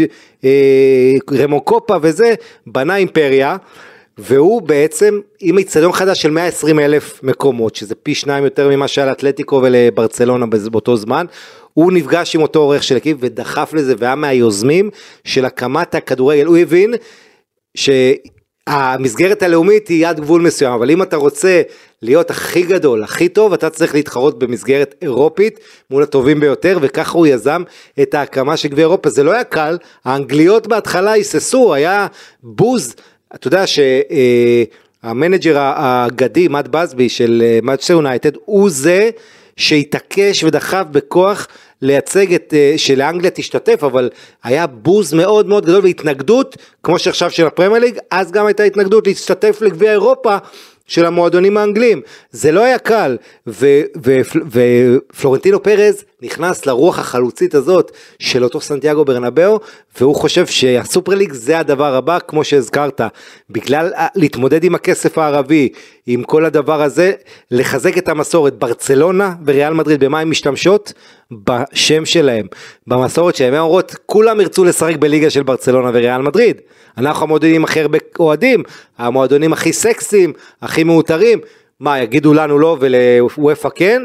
רמו קופה וזה, בנה אימפריה, והוא בעצם עם אצטדיון חדש של מאה ועשרים אלף מקומות, שזה פי שניים יותר ממה שהיה לאתלטיקו ולברצלונה באותו זמן, הוא נפגש עם אותו עורך של אקיפ ודחף לזה, והיה מהיוזמים של הקמת הכדורגל. הוא הבין שהמסגרת הלאומית היא יד גבול מסוים, אבל אם אתה רוצה להיות הכי גדול, הכי טוב, אתה צריך להתחרות במסגרת אירופית מול הטובים ביותר, וככה הוא יזם את ההקמה של גביע אירופה. זה לא היה קל, האנגליות בהתחלה היססו, היה בוז, אתה יודע שהמנג'ר האגדי, מאט בסבי של מנצ'סטר יונייטד, הוא זה שהתעקש ודחף בכוח לייצג את, שלאנגליה תשתתף, אבל היה בוז מאוד מאוד גדול והתנגדות, כמו שעכשיו של הפרמייר ליג, אז גם הייתה התנגדות להשתתף לגביע אירופה, של המועדונים האנגלים. זה לא היה קל, ופלורנטינו פרז נכנס לרוח החלוצית הזאת של אותו סנטיאגו ברנבאו, והוא חושב שהסופר ליג זה הדבר הבא, כמו שהזכרת, בגלל להתמודד עם הכסף הערבי, עם כל הדבר הזה, לחזק את המסורת. ברצלונה וריאל מדריד, במה הם משתמשות? בשם שלהם, במסורת שלהם. הם אומרות, כולם ירצו לשחק בליגה של ברצלונה וריאל מדריד. אנחנו המועדונים הכי הרבה אוהדים, המועדונים הכי סקסיים, הכי מאותרים, מה, יגידו לנו לא ולוופא כן?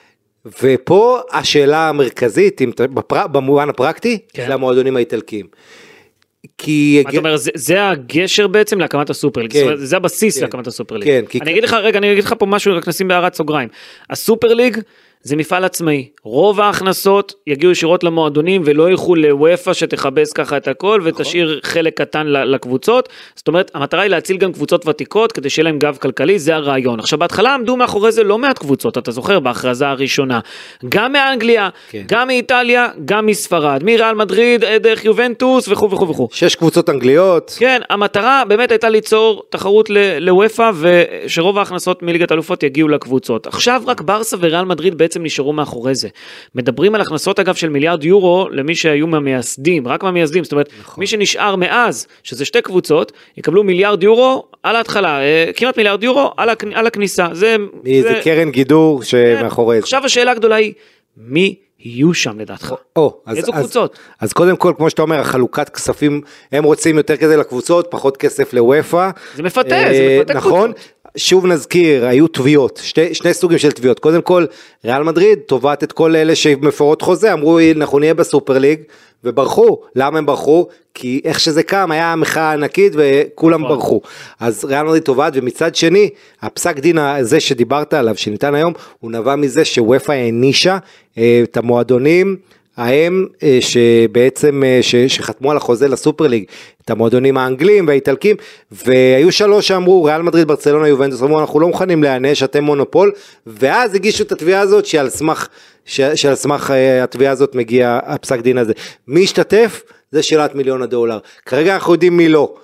ופה השאלה המרכזית, בפר... במובן הפרקטי, כן. למועדונים האיטלקיים. כי... מה אתה אומר, זה, זה הגשר בעצם להקמת הסופרליג, כן. זאת אומרת, זה הבסיס כן. להקמת הסופרליג. כן, כי... אני אגיד לך, רגע, אני אגיד לך פה משהו, רק נשים בהערת סוגריים. הסופרליג זה מפעל עצמאי, רוב ההכנסות יגיעו ישירות למועדונים, ולא ילכו לוופא שתחבס ככה את הכל, ותשאיר חלק קטן לקבוצות. זאת אומרת, המטרה היא להציל גם קבוצות ותיקות, כדי שיהיה להם גב כלכלי, זה הרעיון. עכשיו, בהתחלה עמדו מאחורי זה לא מעט קבוצות, אתה זוכר, בהכרזה הראשונה, גם מאנגליה, כן. גם מאיטליה, גם מספרד, מריאל מדריד, דרך יובנטוס, וכו' וכו' וכו'. שש קבוצות אנגליות. כן, המטרה באמת הייתה ליצור תחרות לוופא, ושרוב ההכנסות מליגת האלופות יגיעו לקבוצות. עכשיו רק ברסה וריאל מדריד בעצם נשארו מאחורי זה. מדברים על הכנסות אגב של מיליארד יורו למי שהיו מהמייסדים, רק מהמייסדים, זאת אומרת, נכון. מי שנשאר מאז, שזה שתי קבוצות, יקבלו מיליארד יורו על ההתחלה, כמעט מיליארד יורו על, הכ... על הכניסה. זה, זה... זה קרן גידור שמאחורי זה. עכשיו השאלה הגדולה היא, מי יהיו שם לדעתך? או, אז, איזו אז, קבוצות? אז קודם כל, כמו שאתה אומר, החלוקת כספים, הם רוצים יותר כזה לקבוצות, פחות כסף לוופא. זה מפתה, זה מפתה נכון, קבוצות. שוב נזכיר, היו תביעות, שתי, שני סוגים של תביעות. קודם כל, ריאל מדריד תובעת את כל אלה שמפורות חוזה, אמרו, אנחנו נהיה בסופר ליג, וברחו. למה הם ברחו? כי איך שזה קם, היה מחאה ענקית וכולם נכון. ברחו. אז ריאל מדריד תובעת, ומצד שני, הפסק דין הזה שדיברת עליו, שניתן היום, הוא נבע מזה שוופא הענישה את המועדונים, ההם שבעצם ש, שחתמו על החוזה לסופר ליג, את המועדונים האנגלים והאיטלקים, והיו שלוש שאמרו, ריאל מדריד, ברצלונה, יובנטוס, אמרו, אנחנו לא מוכנים להיענש, אתם מונופול, ואז הגישו את התביעה הזאת, שעל סמך, שעל סמך התביעה הזאת מגיע הפסק דין הזה. מי השתתף? זה שאלת מיליון הדולר. כרגע אנחנו יודעים מי לא.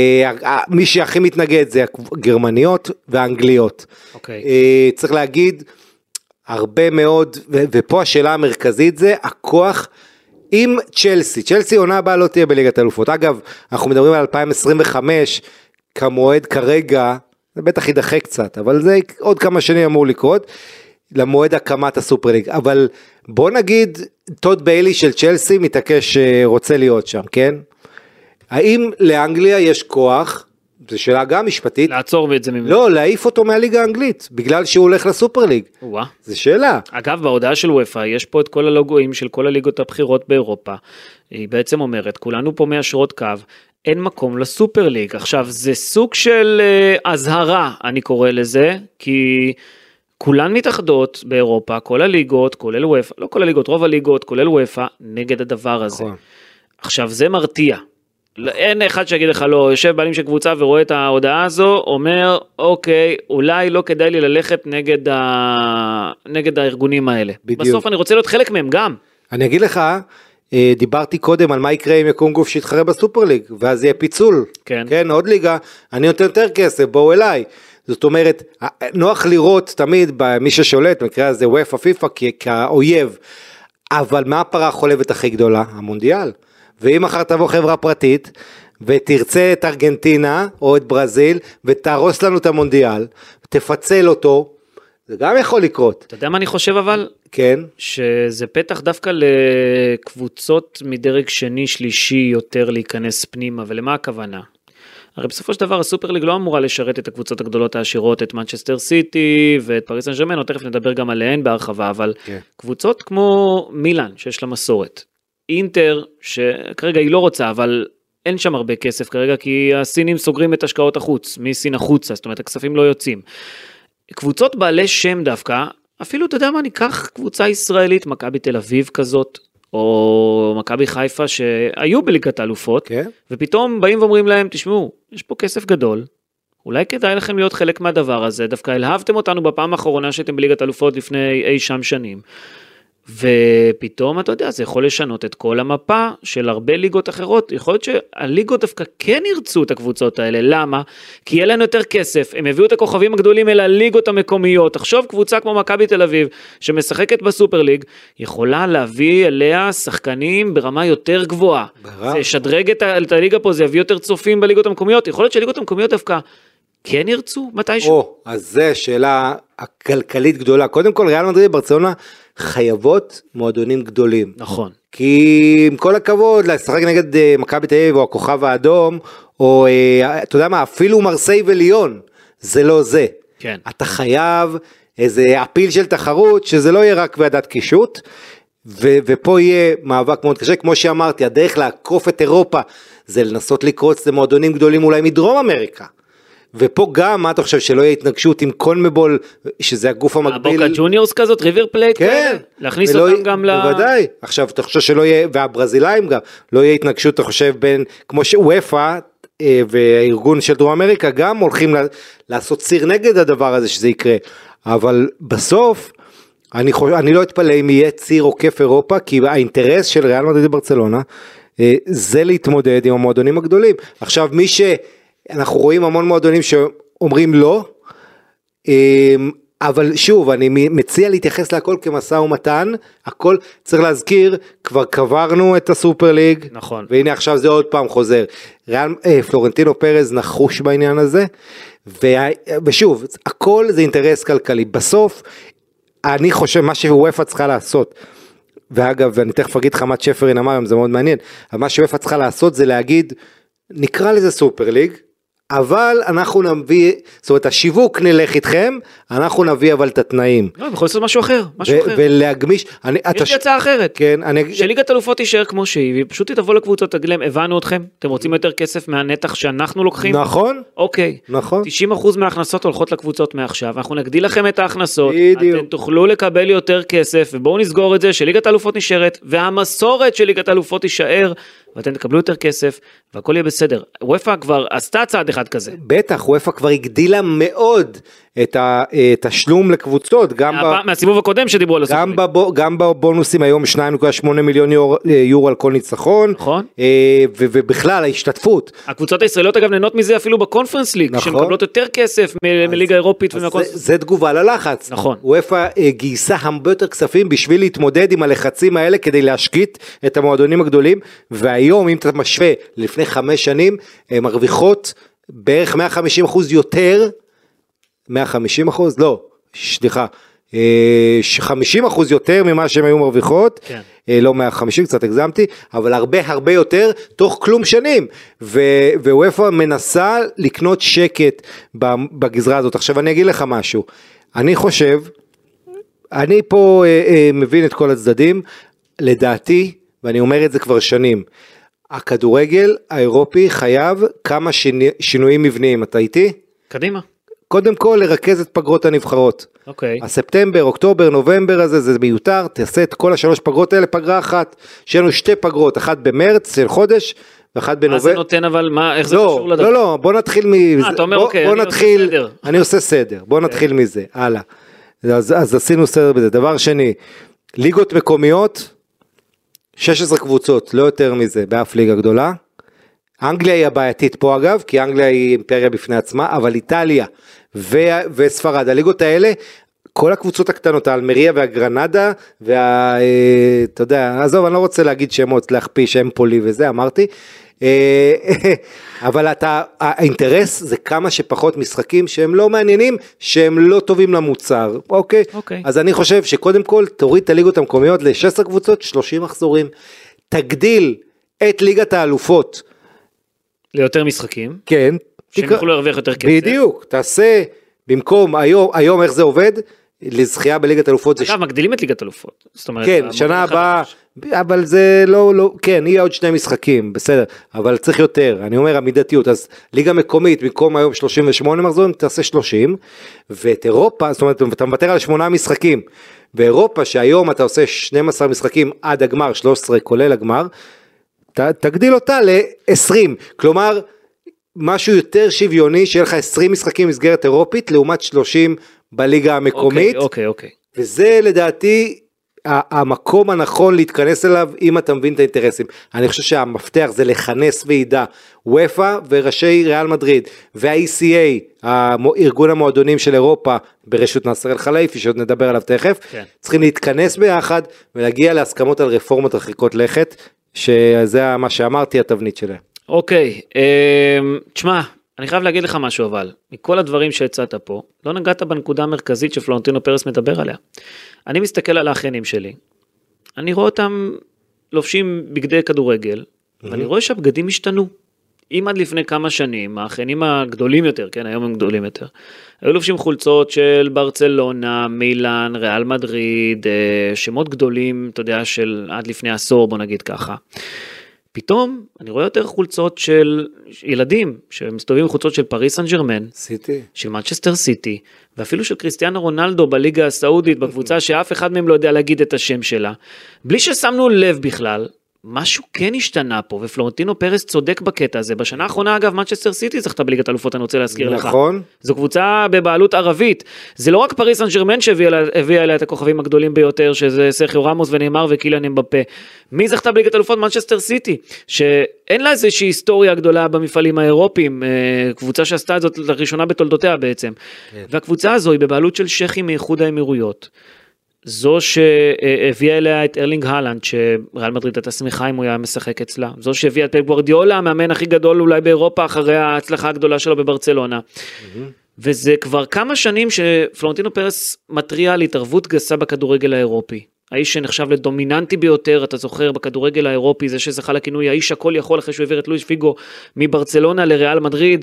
מי שהכי מתנגד זה הגרמניות והאנגליות. אוקיי. צריך להגיד, הרבה מאוד, ו- ופה השאלה המרכזית זה, הכוח עם צ'לסי, צ'לסי עונה הבאה לא תהיה בליגת האלופות, אגב, אנחנו מדברים על אלפיים עשרים וחמש, כמועד כרגע, זה בטח יידחה קצת, אבל זה עוד כמה שנים אמור לקרות, למועד הקמת הסופר ליג, אבל בוא נגיד, טוד ביילי של צ'לסי מתעקש שרוצה להיות שם, כן? האם לאנגליה יש כוח, זו שאלה גם משפטית. לעצור את זה ממנו. לא, להעיף אותו מהליגה האנגלית, בגלל שהוא הולך לסופר ליג. וואה. זו שאלה. אגב, בהודעה של וופא, יש פה את כל הלוגויים של כל הליגות הבחירות באירופה. היא בעצם אומרת, כולנו פה מאשרות קו, אין מקום לסופר ליג. עכשיו, זה סוג של uh, הזהרה, אני קורא לזה, כי כולן מתאחדות באירופה, כל הליגות, כולל וופא, לא כל הליגות, רוב הליגות, כולל וופא, נגד הדבר הזה. נכון. עכשיו, זה מרתיע. אין אחד שיגיד לך לא, יושב בעלים של קבוצה ורואה את ההודעה הזו, אומר, אוקיי, אולי לא כדאי לי ללכת נגד, ה... נגד הארגונים האלה. בדיוק. בסוף אני רוצה להיות חלק מהם גם. אני אגיד לך, דיברתי קודם על מה יקרה אם יקום גוף שיתחרה בסופר ליג, ואז יהיה פיצול. כן. כן, עוד ליגה, אני נותן יותר כסף, בואו אליי. זאת אומרת, נוח לראות תמיד במי ששולט, במקרה הזה וופא פיפא כאויב, אבל מה הפרה החולבת הכי גדולה? המונדיאל. ואם אחר תבוא חברה פרטית, ותרצה את ארגנטינה, או את ברזיל, ותהרוס לנו את המונדיאל, ותפצל אותו, זה גם יכול לקרות. אתה יודע מה אני חושב אבל? כן. שזה פתח דווקא לקבוצות מדרג שני, שלישי, יותר להיכנס פנימה, ולמה הכוונה? הרי בסופו של דבר הסופר ליג לא אמורה לשרת את הקבוצות הגדולות העשירות, את מנצ'סטר סיטי ואת פריס סן ז'רמן, או תכף נדבר גם עליהן בהרחבה, אבל כן. קבוצות כמו מילאן, שיש לה מסורת, אינטר, שכרגע היא לא רוצה, אבל אין שם הרבה כסף כרגע, כי הסינים סוגרים את השקעות החוץ, מסין החוצה, זאת אומרת, הכספים לא יוצאים. קבוצות בעלי שם דווקא, אפילו אתה יודע מה, ניקח קבוצה ישראלית, מכבי תל אביב כזאת, או מכבי חיפה, שהיו בליגת האלופות, okay. ופתאום באים ואומרים להם, תשמעו, יש פה כסף גדול, אולי כדאי לכם להיות חלק מהדבר הזה, דווקא אלהבתם אותנו בפעם האחרונה שהייתם בליגת האלופות לפני אי שם שנים, ופתאום אתה יודע, זה יכול לשנות את כל המפה של הרבה ליגות אחרות, יכול להיות שהליגות דווקא כן ירצו את הקבוצות האלה, למה? כי יהיה לנו יותר כסף, הם הביאו את הכוכבים הגדולים אל הליגות המקומיות, תחשוב קבוצה כמו מכבי תל אביב, שמשחקת בסופר ליג, יכולה להביא אליה שחקנים ברמה יותר גבוהה, ברב. זה שדרג את, ה- את הליגה פה, זה יביא יותר צופים בליגות המקומיות, יכול להיות שהליגות המקומיות דווקא כן ירצו מתישהו? או, אז זה שאלה הכלכלית גדולה, קודם כל ריאל מדריד ברצלונה, חייבות מועדונים גדולים. נכון. כי עם כל הכבוד, לשחק נגד uh, מכבי תל אביב או הכוכב האדום, או uh, אתה יודע מה, אפילו מרסיי וליון, זה לא זה. כן. אתה חייב איזה אפיל של תחרות, שזה לא יהיה רק ועדת קישוט, ו- ופה יהיה מאבק מאוד קשה, כמו שאמרתי, הדרך לעקוף את אירופה, זה לנסות לקרוץ למועדונים גדולים אולי מדרום אמריקה. ופה גם, מה אתה חושב, שלא יהיה התנגשות עם קונמבול, שזה הגוף המקביל. הבוקה ג'וניורס כזאת, ריבר פלייט, כן. להכניס אותם גם ל... בוודאי. עכשיו, אתה חושב שלא יהיה, והברזילאים גם, לא יהיה התנגשות, אתה חושב, בין, כמו שוופא, והארגון של דרום אמריקה, גם הולכים לעשות ציר נגד הדבר הזה, שזה יקרה. אבל בסוף, אני, חושב, אני לא אתפלא אם יהיה ציר עוקף אירופה, כי האינטרס של ריאל מדריד וברצלונה, זה להתמודד עם המועדונים הגדולים. עכשיו, מי ש... אנחנו רואים המון מועדונים שאומרים לא, אבל שוב, אני מציע להתייחס להכל כמשא ומתן, הכל צריך להזכיר, כבר קברנו את הסופר ליג, נכון. והנה עכשיו זה עוד פעם חוזר, ריאל, אה, פלורנטינו פרז נחוש בעניין הזה, ושוב, הכל זה אינטרס כלכלי, בסוף, אני חושב מה שוופא צריכה לעשות, ואגב, ואני תכף אגיד לך מה צ'פרין אמר, זה מאוד מעניין, אבל מה שוופא צריכה לעשות זה להגיד, נקרא לזה סופר ליג, אבל אנחנו נביא, זאת אומרת, השיווק נלך איתכם, אנחנו נביא אבל את התנאים. לא, יכול לעשות משהו אחר, משהו אחר. ולהגמיש, יש לי הצעה אחרת. כן, אני... שליגת אלופות תישאר כמו שהיא, והיא פשוט תבוא לקבוצות, תגיד להם, הבנו אתכם, אתם רוצים יותר כסף מהנתח שאנחנו לוקחים? נכון. אוקיי. נכון. תשעים אחוז מההכנסות הולכות לקבוצות מעכשיו, אנחנו נגדיל לכם את ההכנסות, בדיוק. אתם תוכלו לקבל יותר כסף, ובואו נסגור את זה, שליגת אלופות נשארת, והמסורת של ליגת אלופות תישאר, ואתם תקבלו יותר כסף, והכל יהיה בסדר. וופא כבר עשתה צעד אחד כזה. בטח, וופא כבר הגדילה מאוד את התשלום לקבוצות, גם מה, ב... מהסיבוב הקודם שדיברו על הסופרים. גם, בב... גם בבונוסים היום שניים נקודה שמונה מיליון יור... יורו על כל ניצחון. נכון. ו... ובכלל ההשתתפות. הקבוצות הישראליות אגב נהנות מזה אפילו בקונפרנס ליג, נכון. שמקבלות יותר כסף מ... מליגה אירופית. ומהקונפרנס... זה, זה תגובה ללחץ. נכון. וופא גייסה הרבה יותר כספים בשביל להתמודד עם הלחצים האלה, כדי להשקיט את המועדונים הגדולים, והיום אם אתה משווה לפני חמש שנים, הן מרוויחות בערך מאה וחמישים אחוז יותר, מאה וחמישים אחוז? לא, סליחה, חמישים אחוז יותר ממה שהן היו מרוויחות, כן. לא מאה וחמישים, קצת הגזמתי, אבל הרבה הרבה יותר, תוך כלום שנים, ווופא מנסה לקנות שקט בגזרה הזאת. עכשיו אני אגיד לך משהו, אני חושב, אני פה מבין את כל הצדדים, לדעתי, ואני אומר את זה כבר שנים, הכדורגל האירופי חייב כמה שינויים מבניים, אתה איתי? קדימה. קודם כל לרכז את פגרות הנבחרות. אוקיי. הספטמבר, אוקטובר, נובמבר הזה, זה מיותר, תעשה את כל השלוש פגרות האלה, פגרה אחת, שיהיה לנו שתי פגרות, אחת במרץ של חודש, ואחת בנובמבר. מה זה נותן אבל, מה, איך זה קשור לדבר? לא, לא, בוא נתחיל מזה. אה, אתה אומר, אוקיי, בוא אני נתחיל, עושה סדר. אני עושה סדר, בוא נתחיל מזה, הלאה. אז, אז עשינו סדר בזה. דבר שני, ליגות מקומיות, שש עשרה קבוצות, לא יותר מזה, באף ליגה גדולה. אנגליה היא הבעייתית פה אגב, כי אנגליה היא אימפריה בפני עצמה, אבל איטליה ו- וספרד, הליגות האלה, כל הקבוצות הקטנות, האלמריה והגרנדה, וה... אתה יודע, עזוב, אני לא רוצה להגיד שמות, להכפי שם פולי וזה, אמרתי, אבל אתה, האינטרס זה כמה שפחות משחקים שהם לא מעניינים, שהם לא טובים למוצר, אוקיי? אוקיי. אז אני חושב שקודם כל תוריד את הליגות המקומיות ל-שש עשרה קבוצות, שלושים מחזורים, תגדיל את ליגת האלופות. ליותר משחקים. כן. שהם תקר... יוכלו להרוויח יותר כסף. בדיוק, תעשה במקום, היום, היום איך זה עובד? לזכייה בליגת אלופות. אגב, זה... מגדילים את ליגת אלופות. זאת אומרת, כן, שנה הבאה, אבל זה לא, לא, כן, יהיה עוד שני משחקים, בסדר, אבל צריך יותר, אני אומר המידתיות, אז ליגה מקומית, במקום היום שלושים ושמונה מחזורים, תעשה שלושים, ואת אירופה, זאת אומרת, אתה מוותר על שמונה משחקים, באירופה שהיום אתה עושה שנים עשר משחקים עד הגמר, שלוש עשרה כולל הגמר, ת, תגדיל אותה ל-עשרים, כלומר, משהו יותר שוויוני, שיהיה לך עשרים משחקים מסגרת אירופית, לעומת שלושים בליגה המקומית, אוקיי, אוקיי. וזה לדעתי המקום הנכון להתכנס אליו, אם אתה מבין את האינטרסים. אני חושב שהמפתח זה לכנס ועידה, וופא וראשי ריאל מדריד, וה-אי סי איי, ארגון המועדונים של אירופה, ברשות נאסר אל חלייפי, שעוד נדבר עליו תכף, כן. צריכים להתכנס ביחד, ולהגיע להסכמות על רפורמות רחיקות לכת, שזה מה שאמרתי, התבנית שלהם. אוקיי, תשמע, אני חייב להגיד לך משהו אבל, מכל הדברים שהצעת פה, לא נגעת בנקודה המרכזית שפלורנטינו פרס מדבר עליה. אני מסתכל על האחיינים שלי, אני רואה אותם לובשים בגדי כדורגל, mm-hmm. ואני רואה שהבגדים השתנו. אם עד לפני כמה שנים, האחיינים הגדולים יותר, כן, היום הם גדולים יותר, היו לובשים חולצות של ברצלונה, מילאן, ריאל מדריד, שמות גדולים, אתה יודע, של עד לפני עשור, בוא נגיד ככה. פתאום אני רואה יותר חולצות של ילדים, שמסתובבים עם חולצות של פריס סן ז'רמן, סיטי. של מנצ'סטר סיטי, ואפילו של קריסטיאנו רונלדו בליגה הסעודית, בקבוצה שאף אחד מהם לא יודע להגיד את השם שלה, בלי ששמנו לב בכלל, משהו כן השתנה פה, ופלורנטינו פרס צודק בקטע הזה. בשנה האחרונה, אגב, מנצ'סטר סיטי זכתה בליגת אלופות, אני רוצה להזכיר לך. נכון. זו קבוצה בבעלות ערבית. זה לא רק פריס סן ז'רמן שהביאה אליה את הכוכבים הגדולים ביותר, שזה סרחיו רמוס וניימר וקיליאן אמבפה. מי זכתה בליגת אלופות? מנצ'סטר סיטי, שאין לה איזושהי היסטוריה גדולה במפעלים האירופיים, קבוצה שעשתה את זאת לראשונה בתולדותיה בעצם. והקבוצה הזו היא בבעלות של שייחים מאיחוד האמירויות. זו שהביאה אליה את ארלינג הלנד, שריאל מדריד הייתה שמחה אם הוא היה משחק אצלה, זו שהביאה את פפ גוארדיולה, המאמן הכי גדול אולי באירופה, אחרי ההצלחה הגדולה שלו בברצלונה, mm-hmm. וזה כבר כמה שנים שפלורנטינו פרס מטריע על התערבות גסה בכדורגל האירופי, האיש שנחשב לדומיננטי ביותר, אתה זוכר בכדורגל האירופי, זה שזכה לכינוי, האיש הכל יכול, אחרי שהוא העביר את לואיס פיגו מברצלונה לריאל מדריד,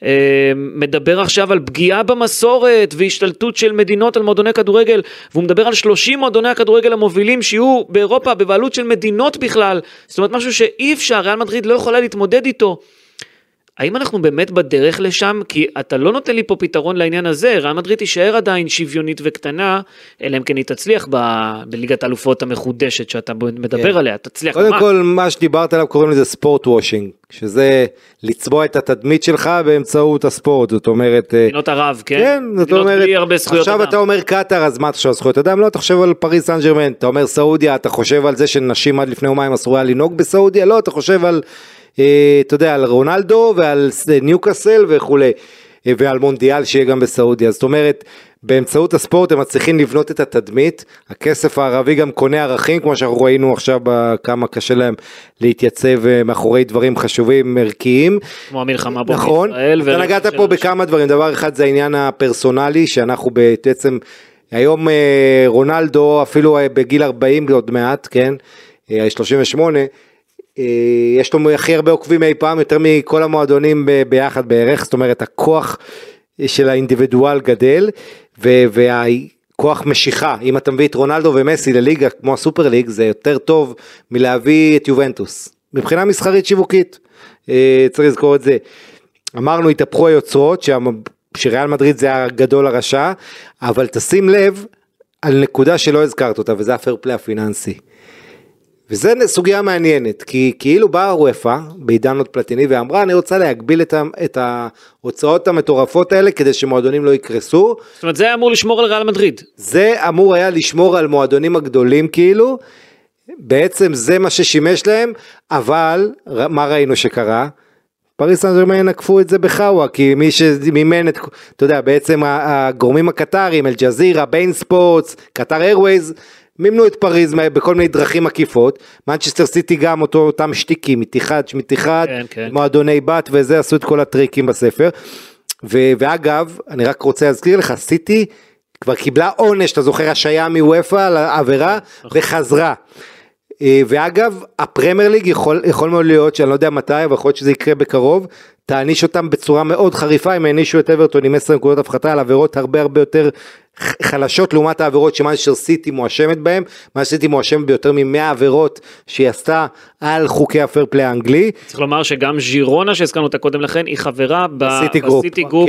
מדבר עכשיו על פגיעה במסורת והשתלטות של מדינות על מועדוני כדורגל, והוא מדבר על שלושים מועדוני הכדורגל המובילים שיהיו באירופה בבעלות של מדינות בכלל, זאת אומרת משהו שאי אפשר, ריאל מדריד לא יכולה להתמודד איתו. האם אנחנו באמת בדרך לשם? כי אתה לא נותן לי פה פתרון לעניין הזה, ריאל מדריד תישאר עדיין שוויונית וקטנה, אלא אם כן היא תצליח ב- בליגת האלופות המחודשת שאתה מדבר עליה, תצליח. קודם כל, מה שדיברת עליו קוראים לזה ספורט וושינג, שזה לצבוע את התדמית שלך באמצעות הספורט, זאת אומרת... מדינות ערב, כן? כן, זאת אומרת, עכשיו אדם. אתה אומר קטר, אז מה אתה חושב על זכויות אדם? לא, אתה חושב על פריז סן ז'רמן, אתה אומר סעודיה, אתה חושב על זה שנשים עד לפני יומיים אסור היה לנהוג בסעודיה? לא, אתה חושב על... אתה יודע, על רונלדו ועל ניוקאסל וכולי, ועל מונדיאל שיהיה גם בסעודיה. זאת אומרת, באמצעות הספורט הם מצליחים לבנות את התדמית, הכסף הערבי גם קונה ערכים, כמו שאנחנו ראינו עכשיו כמה קשה להם להתייצב מאחורי דברים חשובים, ערכיים. כמו המלחמה פה נכון, בישראל. אתה נגעת פה בכמה דברים, דבר אחד זה העניין הפרסונלי, שאנחנו בעצם, היום רונלדו אפילו בגיל ארבעים עוד מעט, כן, שלושים ושמונה, יש לו הכי הרבה עוקבים אי פעם, יותר מכל המועדונים ביחד בערך, זאת אומרת, הכוח של האינדיבידואל גדל, והכוח משיכה, אם אתה מביא את רונלדו ומסי לליגה כמו הסופר ליג, זה יותר טוב מלהביא את יובנטוס, מבחינה מסחרית שיווקית, צריך לזכור את זה. אמרנו, התהפכו היוצרות, שריאל מדריד זה הגדול הרשע, אבל תשים לב על נקודה שלא הזכרת אותה, וזה הפייר פליי הפיננסי. וזה סוגיה מעניינת, כי כאילו באה אורפה, בעידן פלטיני, ואמרה, אני רוצה להגביל את, את ההוצאות המטורפות האלה, כדי שמועדונים לא יקרסו. זאת אומרת, זה היה אמור לשמור על ריאל מדריד. זה אמור היה לשמור על מועדונים הגדולים, כאילו, בעצם זה מה ששימש להם, אבל, מה ראינו שקרה? פריז סן ז'רמן נקפו את זה בחווה, כי מי שמימן את, אתה יודע, בעצם הגורמים הקטרים, אל ג'זירה, ביין ספורטס, קטר איירווייז, מימנו את פריז בכל מיני דרכים עקיפות, מנצ'סטר סיטי גם אותו, אותם שטיקים, מתיחד, מתיחד, כן, כן. מועדוני בת, וזה עשו את כל הטריקים בספר, ו- ואגב, אני רק רוצה להזכיר לך, סיטי כבר קיבלה עונש, אתה זוכר, השעיה מוופא על העבירה, וחזרה, ואגב, הפרמייר ליג יכול, יכול מאוד להיות, שאני לא יודע מתי, אבל יכול להיות שזה יקרה בקרוב, תעניש אותם בצורה מאוד חריפה, הם הענישו את אברטון עם עשר נקודות הפחתה על עבירות הרבה הרבה יותר חלשות, לעומת העבירות שמנצ'סטר סיטי מואשמת בהם, מנצ'סטר סיטי מואשמת ביותר מ-מאה עבירות שהיא עשתה על חוקי הפייר פליי האנגלי. צריך לומר שגם ז'ירונה שהזכרנו אותה קודם לכן, היא חברה בסיטי גרופ,